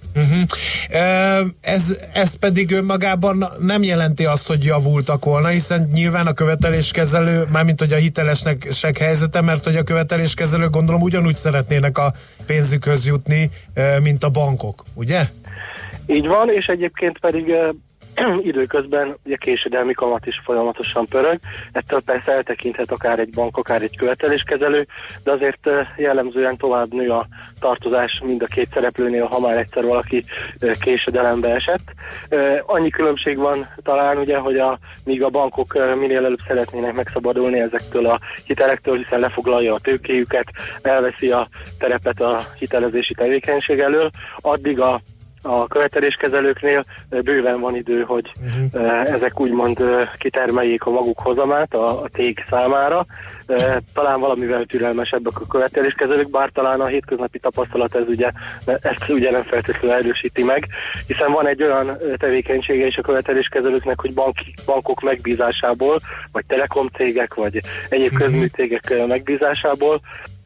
Ez pedig önmagában nem jelenti azt, hogy javultak volna, hiszen nyilván a követeléskezelő, mármint hogy a hitelesek helyzete, mert hogy a követeléskezelők gondolom ugyanúgy szeretnének a pénzükhöz jutni, mint a bankok, ugye? Így van, és egyébként pedig időközben ugye késedelmi kamat is folyamatosan pörög, ettől persze eltekinthet akár egy bank, akár egy követeléskezelő, de azért jellemzően tovább nő a tartozás mind a két szereplőnél, ha már egyszer valaki késedelembe esett. Annyi különbség van talán ugye, hogy míg a bankok minél előbb szeretnének megszabadulni ezektől a hitelektől, hiszen lefoglalja a tőkéjüket, elveszi a terepet a hitelezési tevékenység elől, addig a követeléskezelőknél bőven van idő, hogy ezek úgymond kitermeljék a maguk hozamát a tég számára. Talán valamivel türelmesebbek a követeléskezelők, bár talán a hétköznapi tapasztalat ezt ugye nem feltétlenül erősíti meg, hiszen van egy olyan tevékenysége is a követeléskezelőknek, hogy bankok megbízásából, vagy telekomcégek, vagy egyéb közműcégek megbízásából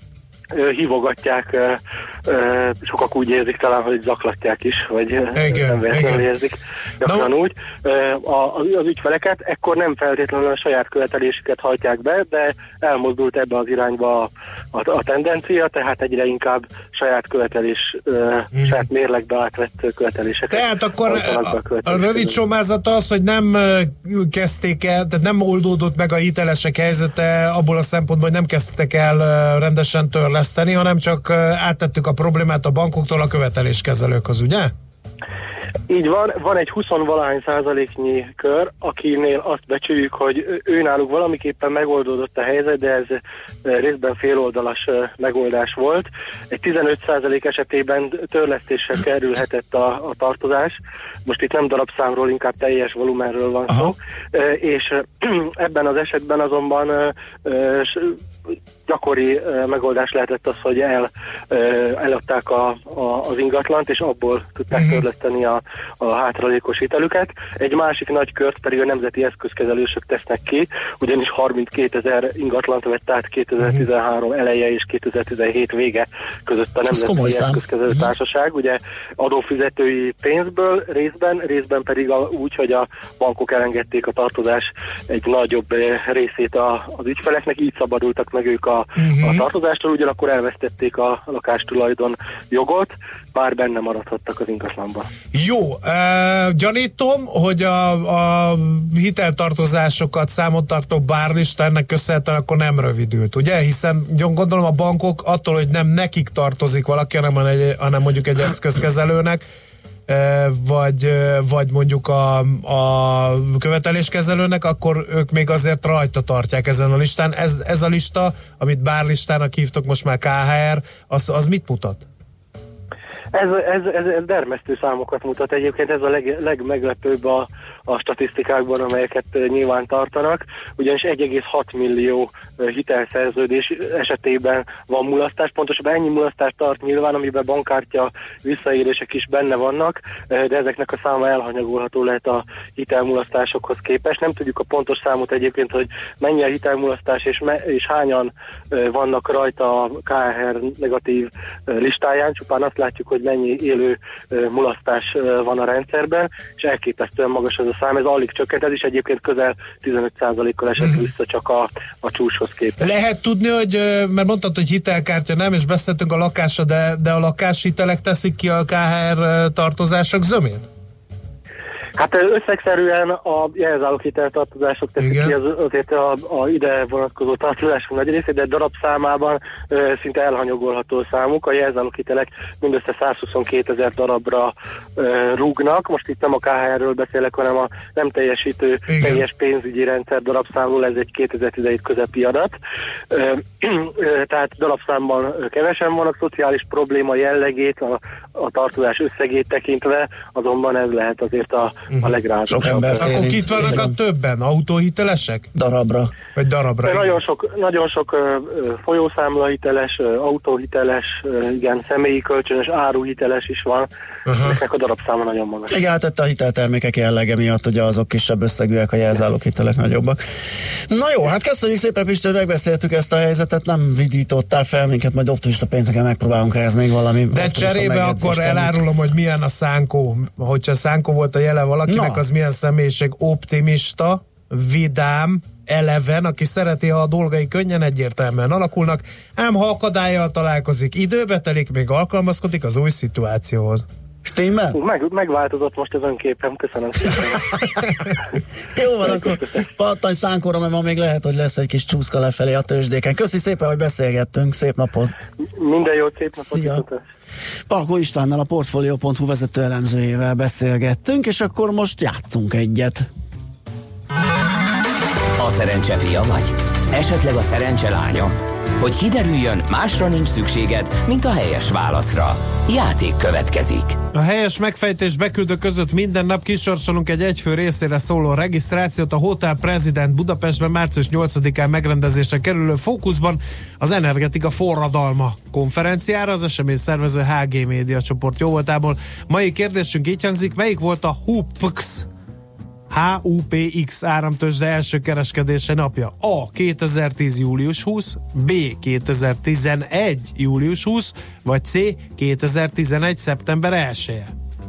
hívogatják, sokak úgy érzik talán, hogy zaklatják is, vagy nem véletlenül érzik gyakran úgy az ügyfeleket, ekkor nem feltétlenül a saját követelésüket hajtják be, de elmozdult ebbe az irányba a tendencia, tehát egyre inkább saját saját mérlegbe átvett követeléseket. Tehát akkor a rövid somázata az, hogy nem kezdték el, tehát nem oldódott meg a hitelesek helyzete abból a szempontból, hogy nem kezdtek el rendesen törleszteni, hanem csak áttettük a problémát a bankoktól a követeléskezelőkhöz, ugye? Így van egy 20-valahány százaléknyi kör, akinél azt becsüljük, hogy őnáluk valamiképpen megoldódott a helyzet, de ez részben féloldalas megoldás volt. Egy 15% esetében törlesztéssel kerülhetett a tartozás. Most itt nem darabszámról, inkább teljes volumenről van szó. És ebben az esetben azonban gyakori megoldás lehetett az, hogy eladták az ingatlant, és abból tudták törleszteni a hátralékos hitelüket. Egy másik nagy kört pedig a nemzeti eszközkezelősök tesznek ki, ugyanis 32 000 ingatlant vett át 2013 eleje és 2017 vége között a Nemzeti Eszközkezelő Társaság, ugye adófizetői pénzből részben pedig úgy, hogy a bankok elengedték a tartozás egy nagyobb részét az ügyfeleknek, így szabadultak meg ők a a tartozástól, ugyanakkor elvesztették a lakástulajdon jogot, bár benne maradhattak az ingatlanban. Jó, gyanítom, hogy a hiteltartozásokat számon tartó bárlista ennek köszönhetően akkor nem rövidült, ugye? Hiszen gondolom a bankok attól, hogy nem nekik tartozik valaki, hanem mondjuk egy eszközkezelőnek, vagy mondjuk a követeléskezelőnek, akkor ők még azért rajta tartják ezen a listán. Ez a lista, amit bárlistának hívtok most már KHR, az mit mutat? Ez dermesztő számokat mutat. Egyébként ez a legmeglepőbb a statisztikákban, amelyeket nyilván tartanak, ugyanis 1,6 millió hitelszerződés esetében van mulasztás. Pontosabban ennyi mulasztást tart nyilván, amiben bankkártya visszaélések is benne vannak, de ezeknek a száma elhanyagolható lehet a hitelmulasztásokhoz képest. Nem tudjuk a pontos számot egyébként, hogy mennyi a hitelmulasztás és hányan vannak rajta a KHR negatív listáján, csupán azt látjuk, hogy mennyi élő mulasztás van a rendszerben, és elképesztően magas ez a szám, ez alig csökkent, ez is egyébként közel 15%-kal esett vissza csak a csúcshoz képest. Lehet tudni, hogy, mert mondtad, hogy hitelkártya nem, és beszéltünk a lakásra, de a lakáshitelek teszik ki a KHR tartozások zömét? Hát összegszerűen a jelzálók hiteltartozások teszik ki azért a ide vonatkozó tartozások nagy részét, de darabszámában szinte elhanyagolható számuk. A jelzálók hitelek mindössze 122 000 darabra rúgnak. Most itt nem a KHR-ről beszélek, hanem a nem teljesítő teljes pénzügyi rendszer darabszámról, ez egy 2017 közepi adat. Tehát darabszámban kevesen vannak, szociális probléma jellegét, a tartozás összegét tekintve, azonban ez lehet azért a legrázosabb. Akkor itt vannak a többen? Autóhitelesek? Darabra. Vagy darabra? Nagyon sok folyószámlahiteles, autóhiteles, igen, személyi kölcsönös, áruhiteles is van. Ezeknek a darabszáma nagyon magas. Igen, hát a hiteltermékek jellege miatt ugye azok kisebb összegűek, a jelzálók hitelek nagyobbak. Na jó, hát köszönjük szépen, Pisti, hogy megbeszéltük ezt a helyzetet, nem vidítottál fel minket, majd optimista pénteken megpróbálunk ehhez még valami. De cserébe akkor elárulom, hogy milyen a szánkó. Hogyha szánkó volt a jele valakinek, az milyen személyiség? Optimista, vidám, eleven, aki szereti, ha a dolgai könnyen egyértelműen alakulnak, ám ha akadályjal találkozik, időbe telik, még alkalmazkodik az új szituációhoz. Stimmel? Megváltozott most az önképem, köszönöm szépen. Jó van, akkor pattanj szánkóra, mert ma még lehet, hogy lesz egy kis csúszka lefelé a tőzsdéken. Köszi szépen, hogy beszélgettünk, szép napot! Minden jót, szép napot! Szia! Palkó Istvánnal, a Portfolio.hu vezető elemzőjével beszélgettünk, és akkor most játszunk egyet. A szerencse fia vagy? Esetleg a szerencse lánya? Hogy kiderüljön, másra nincs szükséged, mint a helyes válaszra. Játék következik. A helyes megfejtés beküldő között minden nap kisorsolunk egy egyfő részére szóló regisztrációt a Hotel President Budapestben március 8-án megrendezésre kerülő Fókuszban az Energetika forradalma konferenciára, az esemény szervező HG Média csoport jóvoltából. Mai kérdésünk így hangzik, melyik volt a HUPX áramtőzsde első kereskedése napja? A. 2010. július 20, B. 2011. július 20, vagy C. 2011. szeptember 1-e?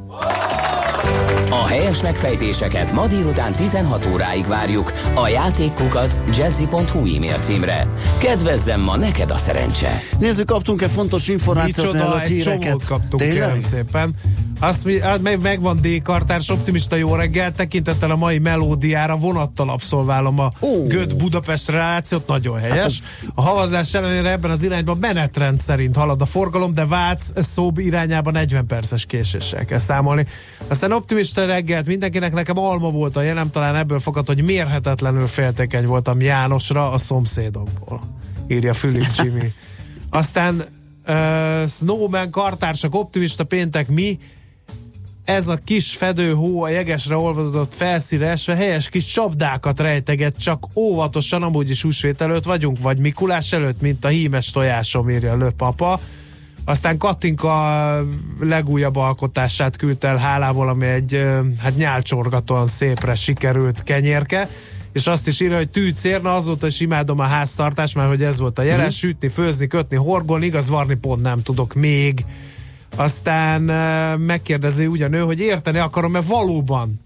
A helyes megfejtéseket ma délután 16 óráig várjuk a játékkukac@jazzy.hu e-mail címre. Kedvezzem ma neked a szerencse! Nézzük, kaptunk-e fontos információt, mielőtt híreket? Csomót kaptunk, kérem szépen. Megvan D-kartárs, optimista jó reggel, tekintettel a mai melódiára vonattal abszolválom a Göt-Budapest relációt, nagyon helyes. A havazás ellenére ebben az irányban menetrend szerint halad a forgalom, de Vác-Szób irányában 40 perces késéssel kell számolni. Aztán optimista reggelt mindenkinek, nekem alma volt a jelem, talán ebből fakad, hogy mérhetetlenül féltékeny voltam Jánosra a szomszédomból, írja Fülip Jimmy. Aztán Snowman kartársak, optimista péntek mi? Ez a kis fedőhó a jegesre olvadott felszínre esve helyes kis csapdákat rejteget, csak óvatosan, amúgy is húsvét előtt vagyunk, vagy Mikulás előtt, mint a hímes tojásom, írja Löpapa. Aztán Katinka legújabb alkotását küldte el hálából, ami egy nyálcsorgatóan szépre sikerült kenyérke, és azt is írja, hogy tűcérna, azóta is imádom a háztartást, mert hogy ez volt a jelen, sütni, főzni, kötni, horgolni, igaz, varni pont nem tudok még. Aztán megkérdezi ugyan ő, hogy érteni akarom-e valóban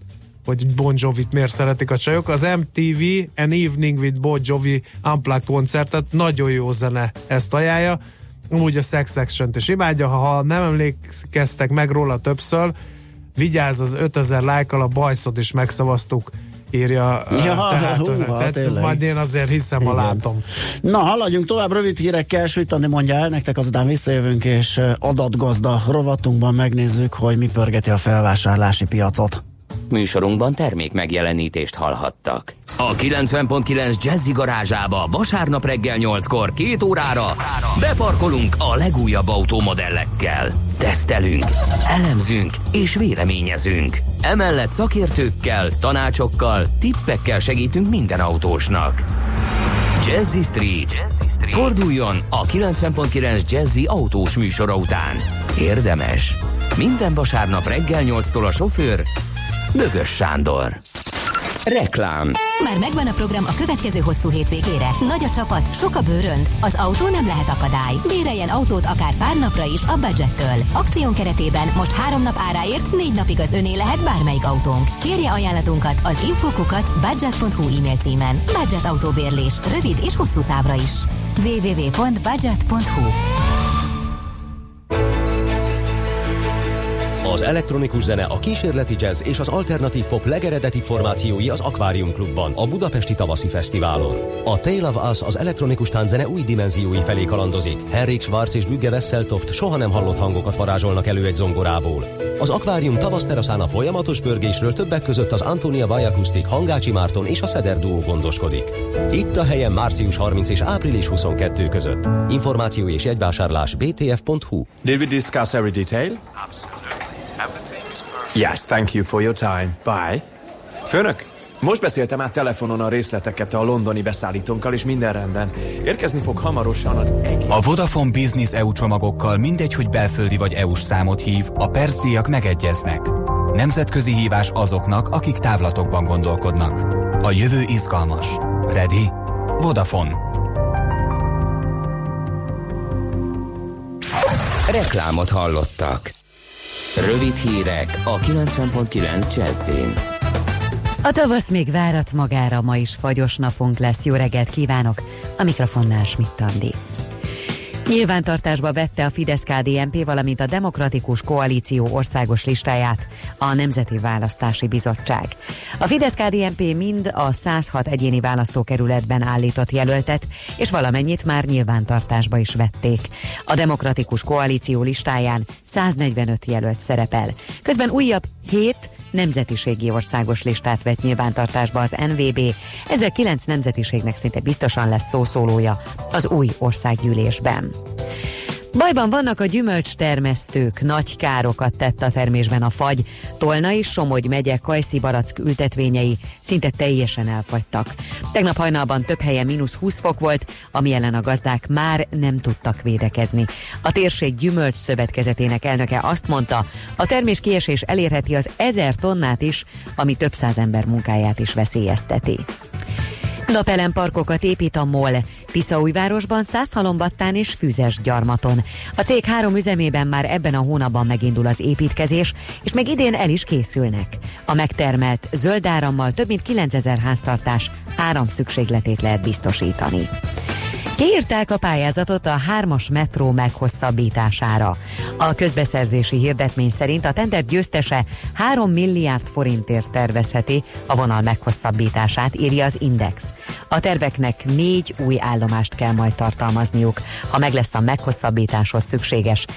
hogy Bon Jovit miért szeretik a csajok. Az MTV An Evening with Bon Jovi Unplugged koncertet, nagyon jó zene, ezt ajánlja. Úgy a Sex Action-t is imádja, ha nem emlékeztek meg róla többször, vigyázz, az 5000 lájkkal a bajszot is megszavaztuk, írja. Tehát majd én azért hiszem, ha látom. Na, haladjunk tovább rövid hírekkel, Svitandi mondja el nektek, azután visszajövünk, és adatgazda rovatunkban megnézzük, hogy mi pörgeti a felvásárlási piacot. Műsorunkban termék megjelenítést hallhattak. A 90.9 Jazzy garázsába vasárnap reggel 8-kor 2 órára beparkolunk a legújabb automodellekkel. Tesztelünk, elemzünk és véleményezünk. Emellett szakértőkkel, tanácsokkal, tippekkel segítünk minden autósnak. Jazzy Street. Forduljon a 90.9 Jazzy autós műsora után. Érdemes. Minden vasárnap reggel 8-tól a sofőr Bögös Sándor. Reklám. Már megvan a program a következő hosszú hétvégére. Nagy a csapat, sok a bőrönd. Az autó nem lehet akadály. Béreljen autót akár pár napra is a Budgettől. Akción keretében most 3 nap áráért 4 napig az öné lehet bármelyik autónk. Kérje ajánlatunkat az info@budget.hu e-mail címen. Budget autóbérlés, rövid és hosszú távra is. www.budget.hu. Az elektronikus zene, a kísérleti jazz és az alternatív pop legeredetibb formációi az Aquarium Klubban, a Budapesti Tavaszi Fesztiválon. A Tale of Us az elektronikus tánczene új dimenziói felé kalandozik. Henrik Schwarz és Bügge Wesseltoft soha nem hallott hangokat varázsolnak elő egy zongorából. Az Aquarium tavaszteraszán a folyamatos pörgésről többek között az Antonia Bay Acoustic, Hangácsi Márton és a Szeder Duo gondoskodik. Itt a helyen március 30 és április 22 között. Információ és jegyvásárlás btf.hu. Did we discuss every detail? Yes, thank you for your time. Bye. Főnök, most beszéltem át telefonon a részleteket a londoni beszállítónkkal, és minden rendben. Érkezni fog hamarosan az egész... A Vodafone Business EU csomagokkal mindegy, hogy belföldi vagy EU-s számot hív, a percdíjak megegyeznek. Nemzetközi hívás azoknak, akik távlatokban gondolkodnak. A jövő izgalmas. Ready? Vodafone. Reklámot hallottak. Rövid hírek a 90.9 Jazzyn. A tavasz még várat magára, ma is fagyos napunk lesz. Jó reggelt kívánok! A mikrofonnál Schmidt-Andi. Nyilvántartásba vette a Fidesz-KDNP, valamint a Demokratikus Koalíció országos listáját a Nemzeti Választási Bizottság. A Fidesz-KDNP mind a 106 egyéni választókerületben állított jelöltet, és valamennyit már nyilvántartásba is vették. A Demokratikus Koalíció listáján 145 jelölt szerepel. Közben újabb 7 nemzetiségi országos listát vett nyilvántartásba az NVB, ezzel 9 nemzetiségnek szinte biztosan lesz szószólója az új országgyűlésben. Bajban vannak a gyümölcstermesztők, nagy károkat tett a termésben a fagy. Tolna és Somogy megye kajszibarack ültetvényei szinte teljesen elfagytak. Tegnap hajnalban több helyen -20 fok volt, ami ellen a gazdák már nem tudtak védekezni. A térség gyümölcs szövetkezetének elnöke azt mondta, a terméskiesés elérheti az 1000 tonnát is, ami több száz ember munkáját is veszélyezteti. Napelemparkokat épít a MOL, Tiszaújvárosban, Szászhalombattán és Füzesgyarmaton. A cég 3 üzemében már ebben a hónapban megindul az építkezés, és még idén el is készülnek. A megtermelt zöld árammal több mint 9000 háztartás áramszükségletét lehet biztosítani. Kiírták a pályázatot a 3-as metró meghosszabbítására. A közbeszerzési hirdetmény szerint a tender győztese 3 milliárd forintért tervezheti a vonal meghosszabbítását, írja az Index. A terveknek 4 új állomást kell majd tartalmazniuk. Ha meg lesz a meghosszabbításhoz szükséges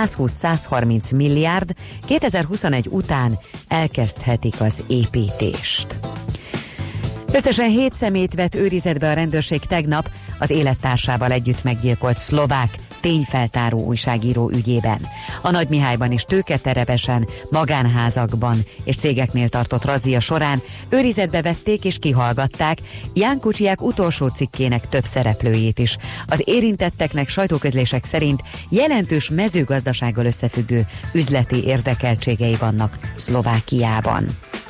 120-130 milliárd, 2021 után elkezdhetik az építést. Összesen 7 személyt vett őrizetbe a rendőrség tegnap az élettársával együtt meggyilkolt szlovák tényfeltáró újságíró ügyében. A Nagymihályban és Tőketerepesen, magánházakban és cégeknél tartott razzia során őrizetbe vették és kihallgatták Ján Kuciák utolsó cikkének több szereplőjét is. Az érintetteknek sajtóközlések szerint jelentős mezőgazdasággal összefüggő üzleti érdekeltségei vannak Szlovákiában.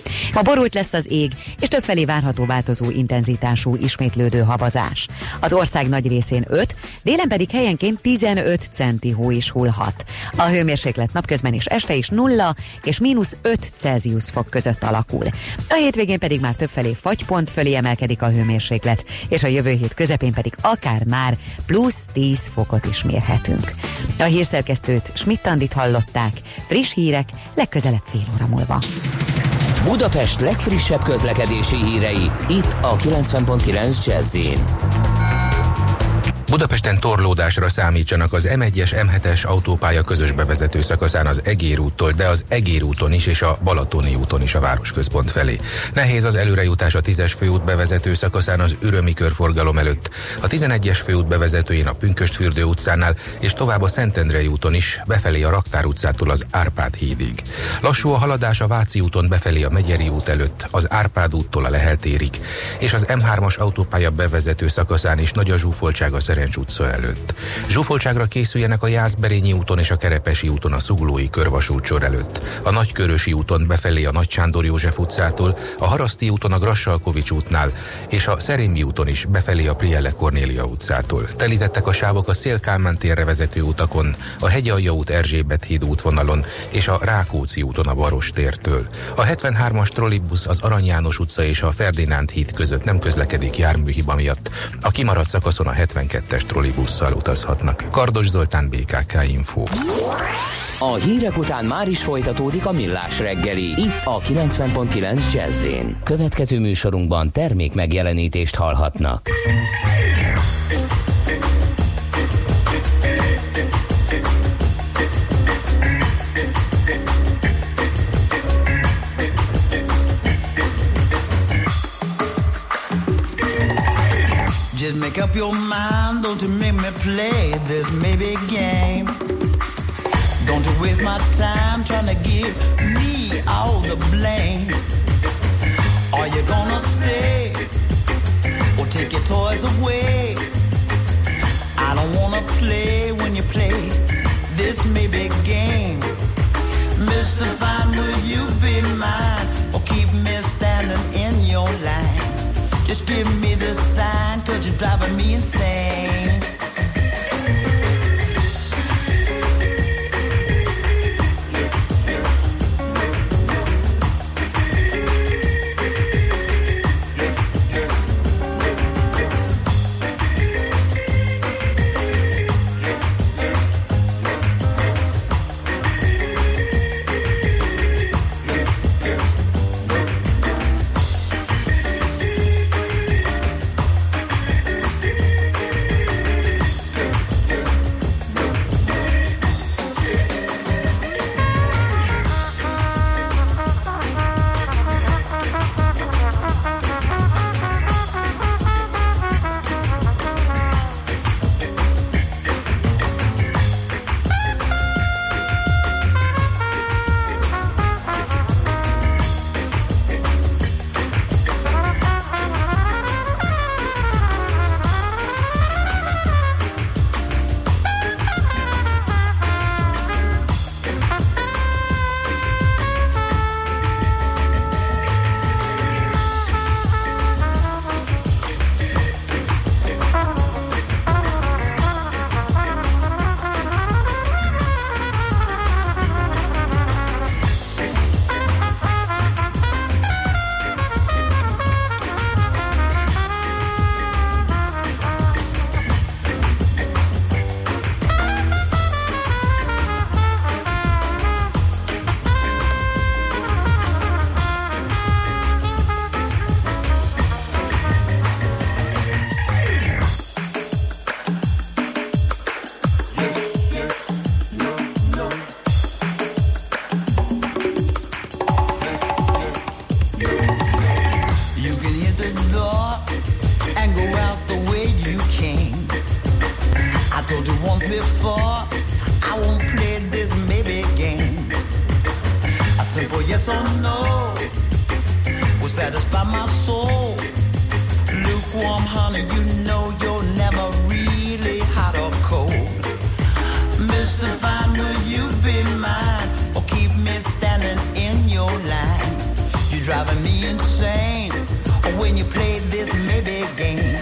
Ma borult lesz az ég, és többfelé várható változó intenzitású ismétlődő havazás. Az ország nagy részén 5, délen pedig helyenként 15 centi hó is hullhat. A hőmérséklet napközben és este is 0 és -5 Celsius fok között alakul. A hétvégén pedig már többfelé fagypont fölé emelkedik a hőmérséklet, és a jövő hét közepén pedig akár már +10 fokot is mérhetünk. A hírszerkesztőt Schmidt-Andit hallották, friss hírek legközelebb fél óra múlva. Budapest legfrissebb közlekedési hírei, itt a 90.9 Jazz-in. Budapesten torlódásra számítsanak az M1-es, M7-es autópálya közös bevezető szakaszán az Egér úttól, de az Egér úton is és a Balatoni úton is a városközpont felé. Nehéz az előrejutás a 10-es főút bevezető szakaszán az Ürömi körforgalom előtt, a 11-es főút bevezetőjén a Pünkösdfürdő utcánál és tovább a Szentendrei úton is, befelé a Raktár utcától az Árpád hídig. Lassú a haladás a Váci úton befelé a Megyeri út előtt, az Árpád úttól a Lehel térig, és az M3-as autópálya bevezető szakaszán is nagy a zsúfoltság a Szerencs utca előtt. Zsúfoltságra készüljenek a Jászberényi úton és a Kerepesi úton a Zuglói körvasútsor előtt, a Nagykörösi úton befelé a Nagy Sándor József utcától, a Haraszti úton a Grassalkovics útnál, és a Szerémi úton is befelé a Prielle Kornélia utcától. Telítettek a sávok a Széll-Kálmán térre vezető utakon, a Hegyalja út Erzsébet híd útvonalon és a Rákóczi úton a Baros tértől. A 73-as trollibusz az Arany János utca és a Ferdinánd híd között nem közlekedik járműhiba miatt. A kimaradt szakaszon a 72-es trollibusszal utazhatnak. Kardos Zoltán, BKK Info. A hírek után már is folytatódik a Millás reggeli, itt a 90.9 Jazz-in. Következő műsorunkban termék megjelenítést hallhatnak. Just make up your mind, don't you make me play this maybe game. Don't you waste my time trying to give me all the blame. Are you gonna stay or take your toys away? I don't wanna play when you play this maybe game. Mr. Fine, will you be mine or keep me standing in your line? Just give me the sign, 'cause you're driving me insane. yes or no will satisfy my soul. Lukewarm honey, you know you're never really hot or cold. Mr. Fine, will you be mine or keep me standing in your line? You drive insane when you play this maybe game.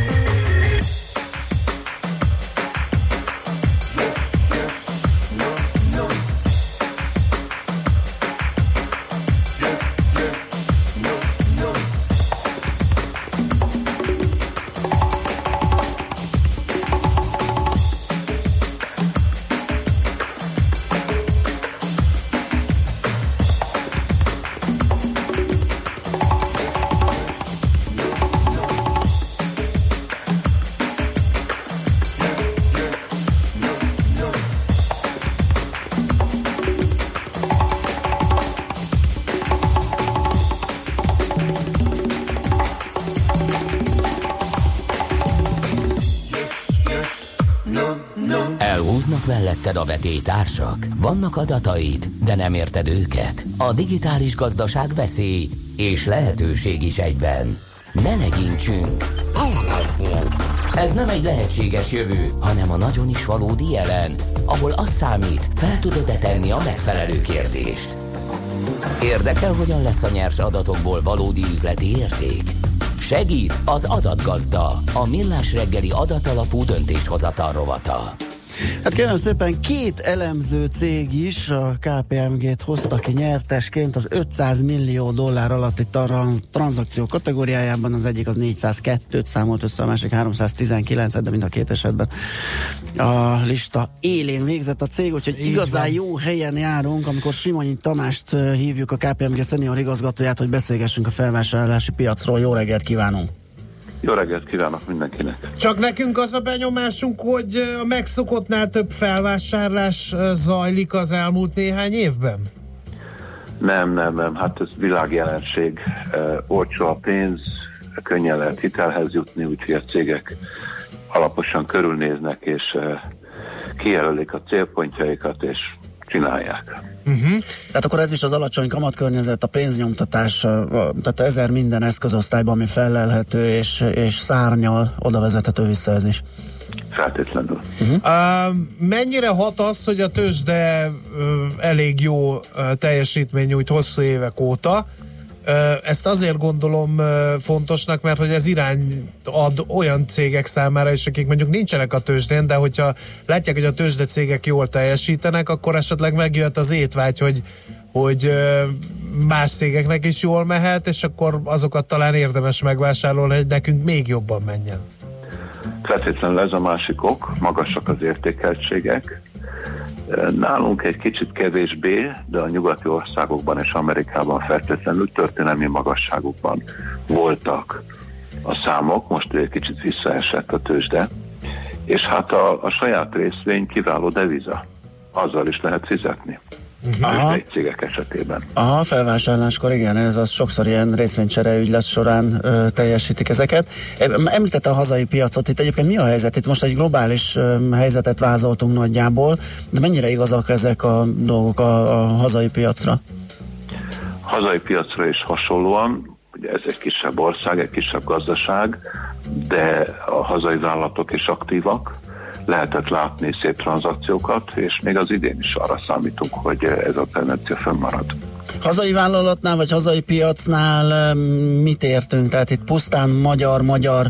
Elhúznak melletted a vetélytársak? Vannak adataid, de nem érted őket? A digitális gazdaság veszély és lehetőség is egyben. Ne legyintsünk! Elemezzünk! Ez nem egy lehetséges jövő, hanem a nagyon is valódi jelen, ahol az számít, fel tudod-e tenni a megfelelő kérdést. Érdekel, hogyan lesz a nyers adatokból valódi üzleti érték? Segít az adatgazda, a Millás reggeli adatalapú döntéshozatal rovata. Hát kérem szépen, 2 elemző cég is a KPMG-t hozta ki nyertesként az $500 millió alatti tranzakció kategóriájában. Az egyik az 402-t számolt össze, a másik 319-et, de mind a két esetben a lista élén végzett a cég, úgyhogy igazán jó helyen járunk, amikor Simonyi Tamást hívjuk, a KPMG senior igazgatóját, hogy beszélgessünk a felvásárlási piacról. Jó reggelt kívánunk! Jó reggelt kívánok mindenkinek! Csak nekünk az a benyomásunk, hogy a megszokottnál több felvásárlás zajlik az elmúlt néhány évben? Nem. Hát ez világjelenség. Olcsó a pénz, könnyen lehet hitelhez jutni, úgyhogy a cégek alaposan körülnéznek, és kijelölik a célpontjaikat, és csinálják. Tehát akkor ez is az alacsony kamatkörnyezet, a pénznyomtatás, tehát 1000 minden eszközosztályban, ami felelhető és szárnyal oda vezethető vissza ez is. Feltétlenül. Mennyire hat az, hogy a tőzsde elég jó teljesítmény nyújt hosszú évek óta? Ezt azért gondolom fontosnak, mert hogy ez irány ad olyan cégek számára is, akik mondjuk nincsenek a tőzsdén, de hogyha látják, hogy a tőzsde cégek jól teljesítenek, akkor esetleg megjöhet az étvágy, hogy más cégeknek is jól mehet, és akkor azokat talán érdemes megvásárolni, hogy nekünk még jobban menjen. Feltétlenül ez a másik ok, magasak az értékeltségek. Nálunk egy kicsit kevésbé, de a nyugati országokban és Amerikában feltétlenül történelmi magasságokban voltak a számok, most egy kicsit visszaesett a tőzsde, és hát a saját részvény kiváló deviza, azzal is lehet fizetni. Egy cégek esetében. Aha, felvásárláskor igen, ez az sokszor ilyen részvénycsere ügylet során teljesítik ezeket. Említette a hazai piacot, itt egyébként mi a helyzet? Itt most egy globális helyzetet vázoltunk nagyjából, de mennyire igazak ezek a dolgok a hazai piacra? Hazai piacra is hasonlóan, ugye ez egy kisebb ország, egy kisebb gazdaság, de a hazai vállalatok is aktívak, lehetett látni szép tranzakciókat, és még az idén is arra számítunk, hogy ez a tendencia fönnmarad. Hazai vállalatnál, vagy hazai piacnál mit értünk? Tehát itt pusztán magyar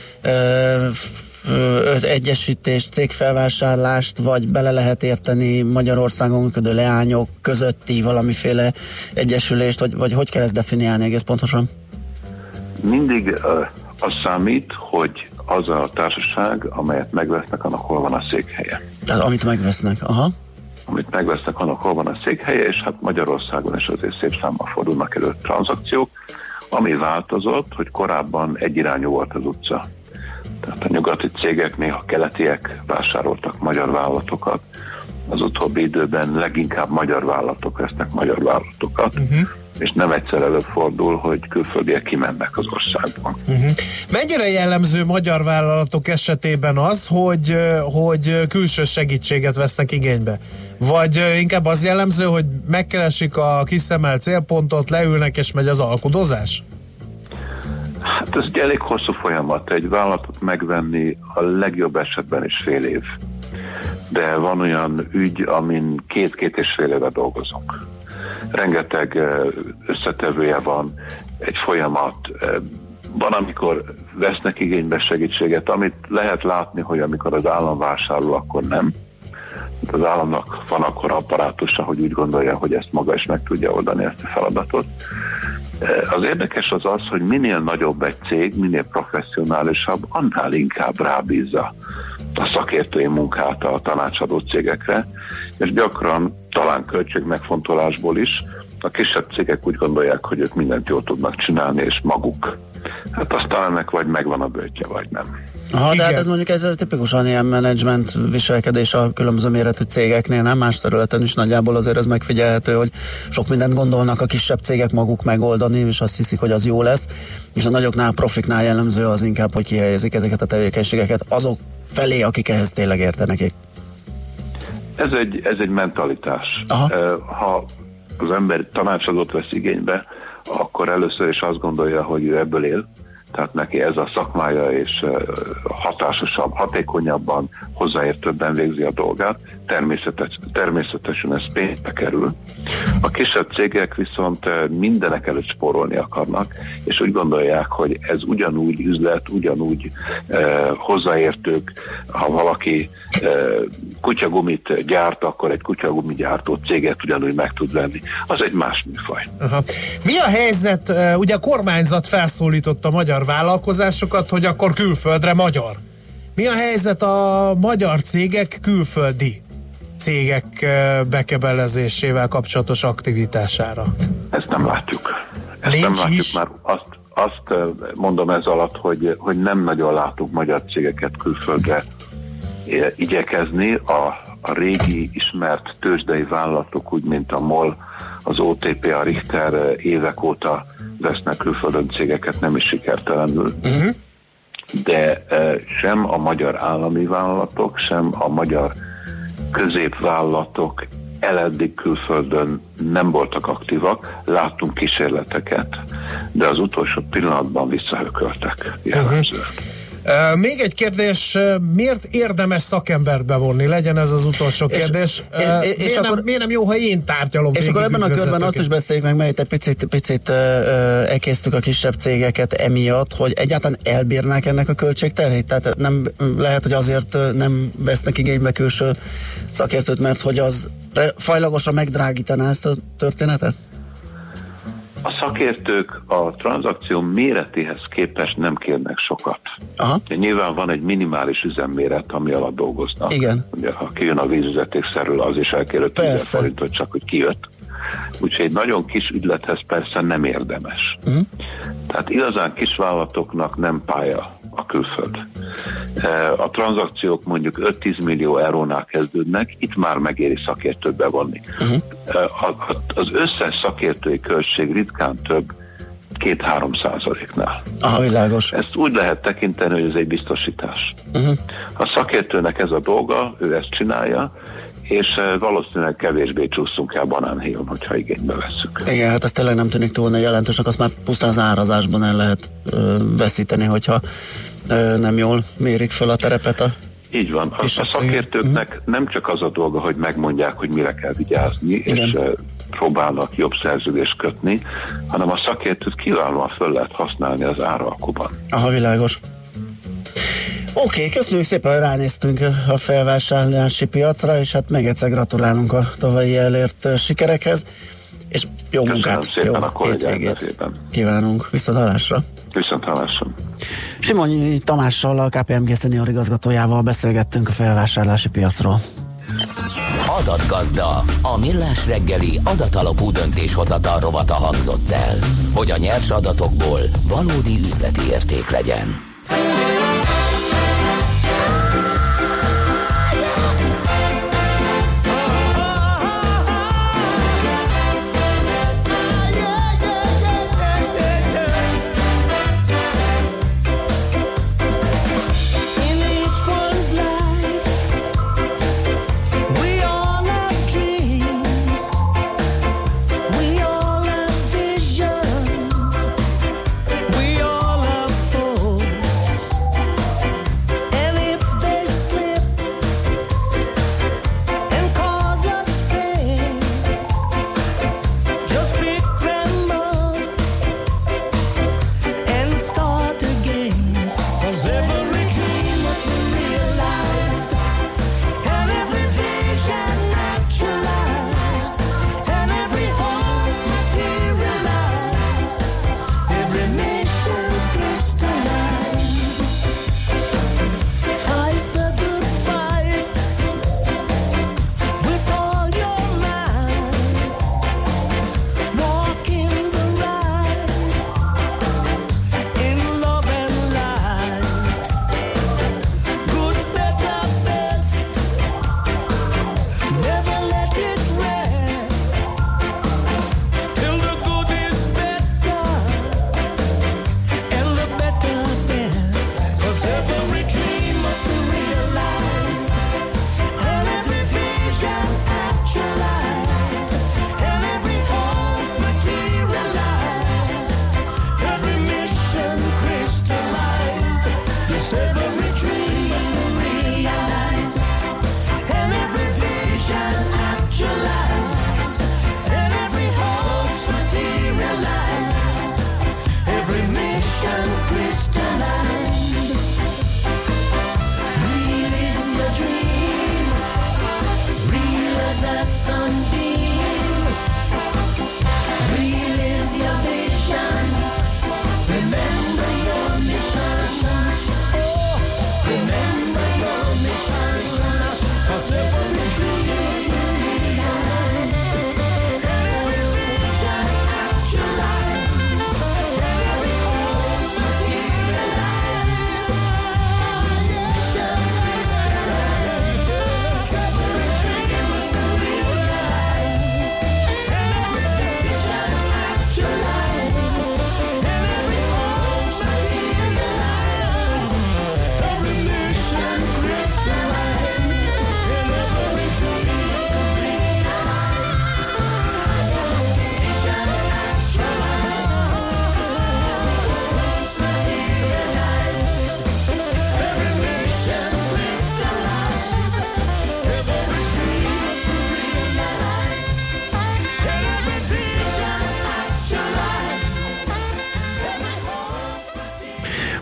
egyesítés, cégfelvásárlást, vagy bele lehet érteni Magyarországon működő leányok közötti valamiféle egyesülést, vagy hogy kell ezt definiálni egész pontosan? Mindig az számít, hogy az a társaság, amelyet megvesznek, annak hol van a székhelye. Tehát amit megvesznek, aha. Amit megvesznek, annak hol van a székhelye, és hát Magyarországon is azért szép számmal fordulnak elő tranzakciók, ami változott, hogy korábban egyirányú volt az utca. Tehát a nyugati cégek, néha keletiek vásároltak magyar vállalatokat, az utóbbi időben leginkább magyar vállalatok vesznek magyar vállalatokat, és nem egyszer előfordul, hogy külföldiek kimennek az országban. Mennyire jellemző magyar vállalatok esetében az, hogy külső segítséget vesznek igénybe? Vagy inkább az jellemző, hogy megkeresik a kiszemelt célpontot, leülnek és megy az alkudozás? Hát ez egy elég hosszú folyamat. Egy vállalatot megvenni a legjobb esetben is fél év. De van olyan ügy, amin 2-2,5 éve dolgozunk. rengeteg összetevője van, egy folyamat. Van, amikor vesznek igénybe segítséget, amit lehet látni, hogy amikor az állam vásárol, akkor nem. Az államnak van akkor apparátusa, hogy úgy gondolja, hogy ezt maga is meg tudja oldani, ezt a feladatot. Az érdekes az, hogy minél nagyobb egy cég, minél professzionálisabb, annál inkább rábízza a szakértői munkát a tanácsadó cégekre, és gyakran talán költségmegfontolásból is a kisebb cégek úgy gondolják, hogy ők mindent jól tudnak csinálni, és maguk. Hát aztán ennek vagy megvan a bőtje, vagy nem. Aha, de hát ez mondjuk ez tipikusan ilyen menedzsment viselkedés a különböző méretű cégeknél, nem más területen is nagyjából azért ez megfigyelhető, hogy sok mindent gondolnak a kisebb cégek maguk megoldani, és azt hiszik, hogy az jó lesz, és a nagyoknál, profiknál jellemző az inkább, hogy kihelyezik ezeket a tevékenységeket azok felé, akik ehhez tényleg értenek. Ez egy mentalitás. Ha az ember tanácsadót vesz igénybe, akkor először is azt gondolja, hogy ő ebből él, tehát neki ez a szakmája, és hatásosabb, hatékonyabban, hozzáértőbben végzi a dolgát, természetesen ez pénzbe kerül. A kisebb cégek viszont mindenek előtt spórolni akarnak, és úgy gondolják, hogy ez ugyanúgy üzlet, ugyanúgy hozzáértők, ha valaki kutyagumit gyárt, akkor egy kutyagumigyártó céget ugyanúgy meg tud venni. Az egy más műfaj. Aha. Mi a helyzet? Ugye a kormányzat felszólította a magyar vállalkozásokat, hogy akkor külföldre magyar. Mi a helyzet a magyar cégek külföldi cégek bekebelezésével kapcsolatos aktivitására? Ezt nem látjuk. Már azt mondom ez alatt, hogy nem nagyon látunk magyar cégeket külföldre igyekezni. A régi ismert tőzsdei vállalatok, úgy mint a MOL, az OTP, a Richter évek óta vesznek külföldön cégeket, nem is sikertelenül. De sem a magyar állami vállalatok, sem a magyar középvállalatok eleddig külföldön nem voltak aktívak, láttunk kísérleteket, de az utolsó pillanatban visszahököltek jellemzően. Még egy kérdés, miért érdemes szakembert bevonni? Legyen ez az utolsó kérdés. Miért nem jó, ha én tárgyalom? És akkor ebben a körben azt is beszéljük meg, mert egy picit elkésztük a kisebb cégeket emiatt, hogy egyáltalán elbírnák ennek a költségterhét? Tehát nem lehet, hogy azért nem vesznek igénybe külső szakértőt, mert hogy az fajlagosan megdrágítaná ezt a történetet? A szakértők a tranzakció méretéhez képest nem kérnek sokat. Nyilván van egy minimális üzemméret, ami alatt dolgoznak. Igen. Ugye, ha kijön a vízvezetékszerről, az is elkér 50 forintot, csak hogy kijött. Úgyhogy egy nagyon kis ügylethez persze nem érdemes. Tehát igazán kis vállalatoknak nem pálya a külföld. A tranzakciók mondjuk 5-10 millió eurónál kezdődnek, itt már megéri szakértőt bevonni. Az összes szakértői költség ritkán több 2-3%-nál. Világos. Ezt úgy lehet tekinteni, hogy ez egy biztosítás. A szakértőnek ez a dolga, ő ezt csinálja, és valószínűleg kevésbé csúszunk el banánhéjon, hogyha igénybe vesszük. Igen, hát ez tényleg nem tűnik túl jelentősnek, azt már pusztán az árazásban el lehet veszíteni, hogyha nem jól mérik fel a terepet Így van. A szakértőknek nem csak az a dolga, hogy megmondják, hogy mire kell vigyázni, és próbálnak jobb szerződést kötni, hanem a szakértőt kiválóan föl lehet használni az áralkuban. Világos. Oké, köszönjük szépen, hogy ránéztünk a felvásárlási piacra, és hát még egyszer gratulálunk a tavalyi elért sikerekhez, és jó munkát, jó hétvégét kívánunk. Viszonthallásra. Simonyi Tamással, a KPMG senior igazgatójával beszélgettünk a felvásárlási piacról. Adatgazda, a millás reggeli adatalapú döntéshozatal rovata hangzott el, hogy a nyers adatokból valódi üzleti érték legyen.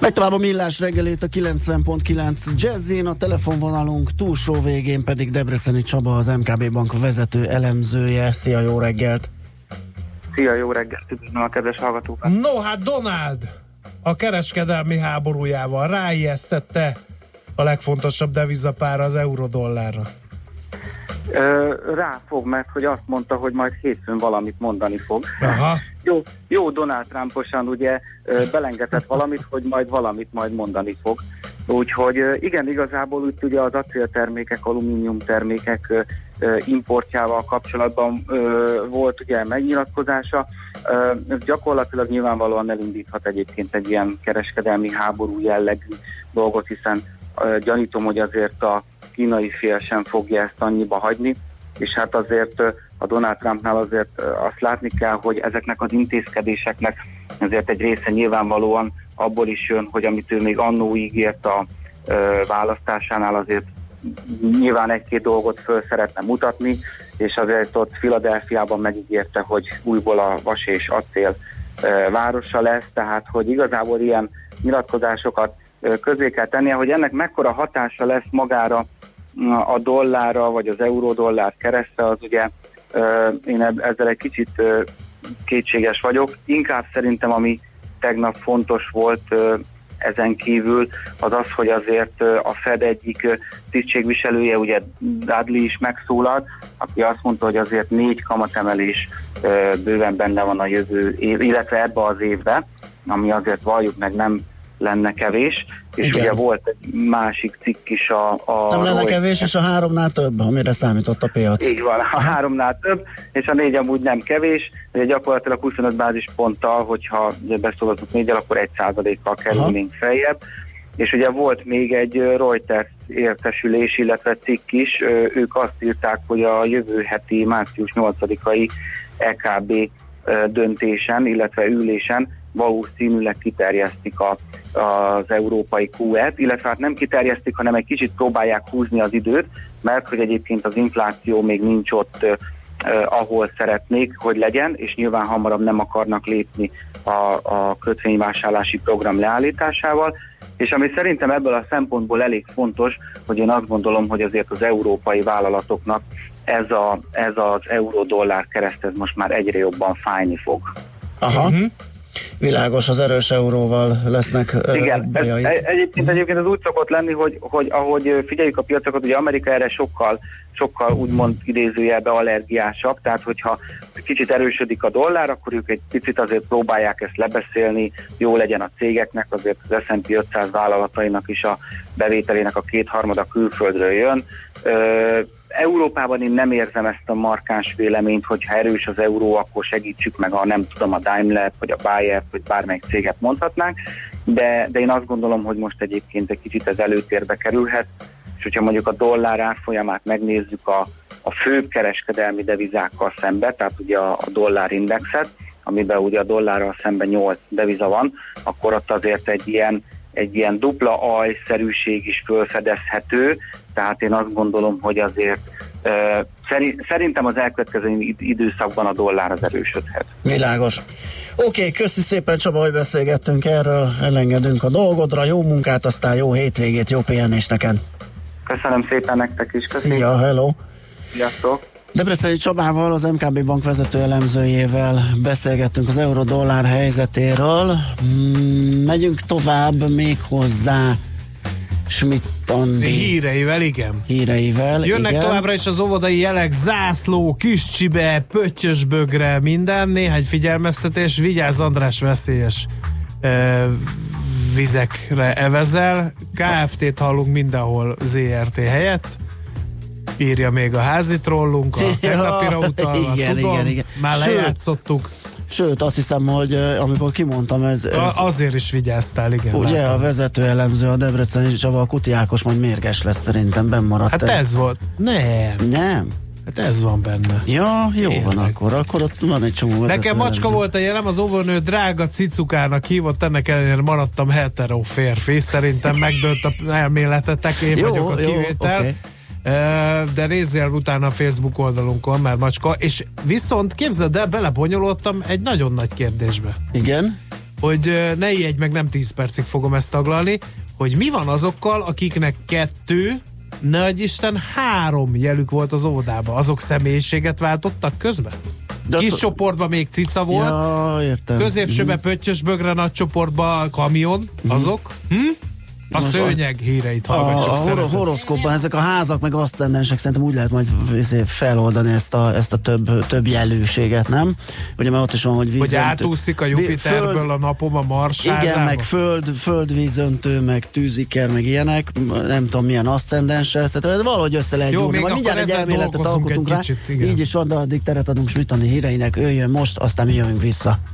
Megy tovább a Millás reggelét a 90.9 Jazzin, a telefonvonalunk túlsó végén pedig Debreceni Csaba, az MKB Bank vezető elemzője. Szia, jó reggelt! Szia, jó reggelt! Üdvözlöm a kedves hallgatókat! No, hát Donald a kereskedelmi háborújával ráijesztette a legfontosabb devizapára, az euró-dollárra. Ráfog, mert hogy azt mondta, hogy majd hétfőn valamit mondani fog. Aha. Jó Donald Trumposan ugye belengedett valamit, hogy majd mondani fog. Úgyhogy igen, igazából úgy ugye az acéltermékek, alumíniumtermékek importjával kapcsolatban volt ugye megnyilatkozása. Ez gyakorlatilag nyilvánvalóan elindíthat egyébként egy ilyen kereskedelmi háború jellegű dolgot, hiszen gyanítom, hogy azért a kínai fél sem fogja ezt annyiba hagyni, és hát azért a Donald Trumpnál azért azt látni kell, hogy ezeknek az intézkedéseknek azért egy része nyilvánvalóan abból is jön, hogy amit ő még annó ígért a választásánál, azért nyilván egy-két dolgot föl szeretne mutatni, és azért ott Philadelphiában megígérte, hogy újból a vas és acél városa lesz, tehát hogy igazából ilyen nyilatkozásokat közé kell tennie, hogy ennek mekkora hatása lesz magára a dollárra, vagy az euró-dollár keresztre, az ugye én ezzel egy kicsit kétséges vagyok. Inkább szerintem, ami tegnap fontos volt ezen kívül, az az, hogy azért a Fed egyik tisztségviselője, ugye Dudley is megszólalt, aki azt mondta, hogy azért 4 kamatemelés bőven benne van a jövő év, illetve ebbe az évbe, ami azért valljuk meg nem lenne kevés, és igen, ugye volt egy másik cikk is a nem lenne kevés, és a 3-nál több, amire számított a piac. Így van, a 3-nál több, és a 4 amúgy nem kevés, ugye gyakorlatilag 25 bázisponttal, hogyha beszólhatunk 4-el, akkor 1%-kal kerülnénk feljebb, és ugye volt még egy Reuters értesülés, illetve cikk is, ők azt írták, hogy a jövő heti március 8-ai EKB döntésen, illetve ülésen valószínűleg kiterjesztik az európai QE-t, illetve hát nem kiterjesztik, hanem egy kicsit próbálják húzni az időt, mert hogy egyébként az infláció még nincs ott, ahol szeretnék, hogy legyen, és nyilván hamarabb nem akarnak lépni a kötvényvásárlási program leállításával, és ami szerintem ebből a szempontból elég fontos, hogy én azt gondolom, hogy azért az európai vállalatoknak ez az euró-dollár kereszt, ez most már egyre jobban fájni fog. Aha. Világos, az erős euróval lesznek bajai. Egyébként ez úgy szokott lenni, hogy ahogy figyeljük a piacokat, ugye Amerika erre sokkal úgymond idézőjelbe allergiásak, tehát hogyha kicsit erősödik a dollár, akkor ők egy picit azért próbálják ezt lebeszélni, jó legyen a cégeknek, azért az S&P 500 vállalatainak is a bevételének a 2/3 külföldről jön. Európában én nem érzem ezt a markáns véleményt, hogy ha erős az euró, akkor segítsük meg, ha nem tudom, a Daimler, vagy a Bayer, vagy bármelyik céget mondhatnánk, de én azt gondolom, hogy most egyébként egy kicsit ez előtérbe kerülhet, és hogyha mondjuk a dollár árfolyamát megnézzük a főbb kereskedelmi devizákkal szembe, tehát ugye a dollárindexet, amiben ugye a dollárral szemben 8 deviza van, akkor ott azért egy ilyen dupla alj-szerűség is fölfedezhető, tehát én azt gondolom, hogy azért szerintem az elkövetkező időszakban a dollár az erősödhet. Világos. Oké, köszi szépen Csaba, hogy beszélgettünk erről, elengedünk a dolgodra, jó munkát, aztán jó hétvégét, jó pihenést neked. Köszönöm szépen nektek is. Köszönöm. Szia, hello. Sziasztok. Debreceni Csabával, az MKB Bank vezető elemzőjével beszélgettünk az euró-dollár helyzetéről. Megyünk tovább még hozzá Schmidt-Andi híreivel, igen. Jönnek igen. Továbbra is az óvodai jelek, zászló, kis csibe, pöttyösbögre, minden. Néhány figyelmeztetés, vigyázz, András, veszélyes vizekre evezel. Kft-t hallunk mindenhol ZRT helyett. Írja még a házi trollunk, a tegnapira utalva, igen. Már lejátszottuk. Sőt, azt hiszem, hogy amikor kimondtam, ez azért is vigyáztál, igen. Ugye látom. A vezető elemző, a Debreceni Csaba, a Kuti Ákos majd mérges lesz, szerintem bennmaradt. Hát ez volt. Nem. Hát ez van benne. Ja, jó van akkor ott van egy csomó vezető Nekem macska elemző. volt a jelem, az óvónő drága cicukának hívott, ennek ellenére maradtam hetero férfi, szerintem megdőlt a elméletetek, én vagyok a kivétel. Okay. De nézzél utána a Facebook oldalunkon, mert macska, és viszont képzeld el, belebonyolódtam egy nagyon nagy kérdésbe. Igen? hogy ne ijedj meg, nem 10 percig fogom ezt taglalni, hogy mi van azokkal, akiknek 2, ne adj Isten, 3 jelük volt az óvodába. Azok személyiséget váltottak közben? Kis csoportban még cica volt, értem. Középsőbe pöttyös bögre, nagy csoportban kamion, azok? A szőnyeg híreit hallgatjuk. A horoszkópban ezek a házak meg aszcendensek szerintem úgy lehet majd feloldani ezt a több jelőséget, nem? Ugye mert ott is van, hogy átúszik a Jupiterből a napom a Mars-házába. Igen, meg földvízöntő, meg tűziker, meg ilyenek, nem tudom milyen aszcendenssel, szerintem valahogy össze lehet gyúrni. Majd mindjárt egy elméletet alkotunk rá. Így is van, de addig teret adunk Schmidt Andi híreinek, ő jön most, aztán mi jövünk vissza.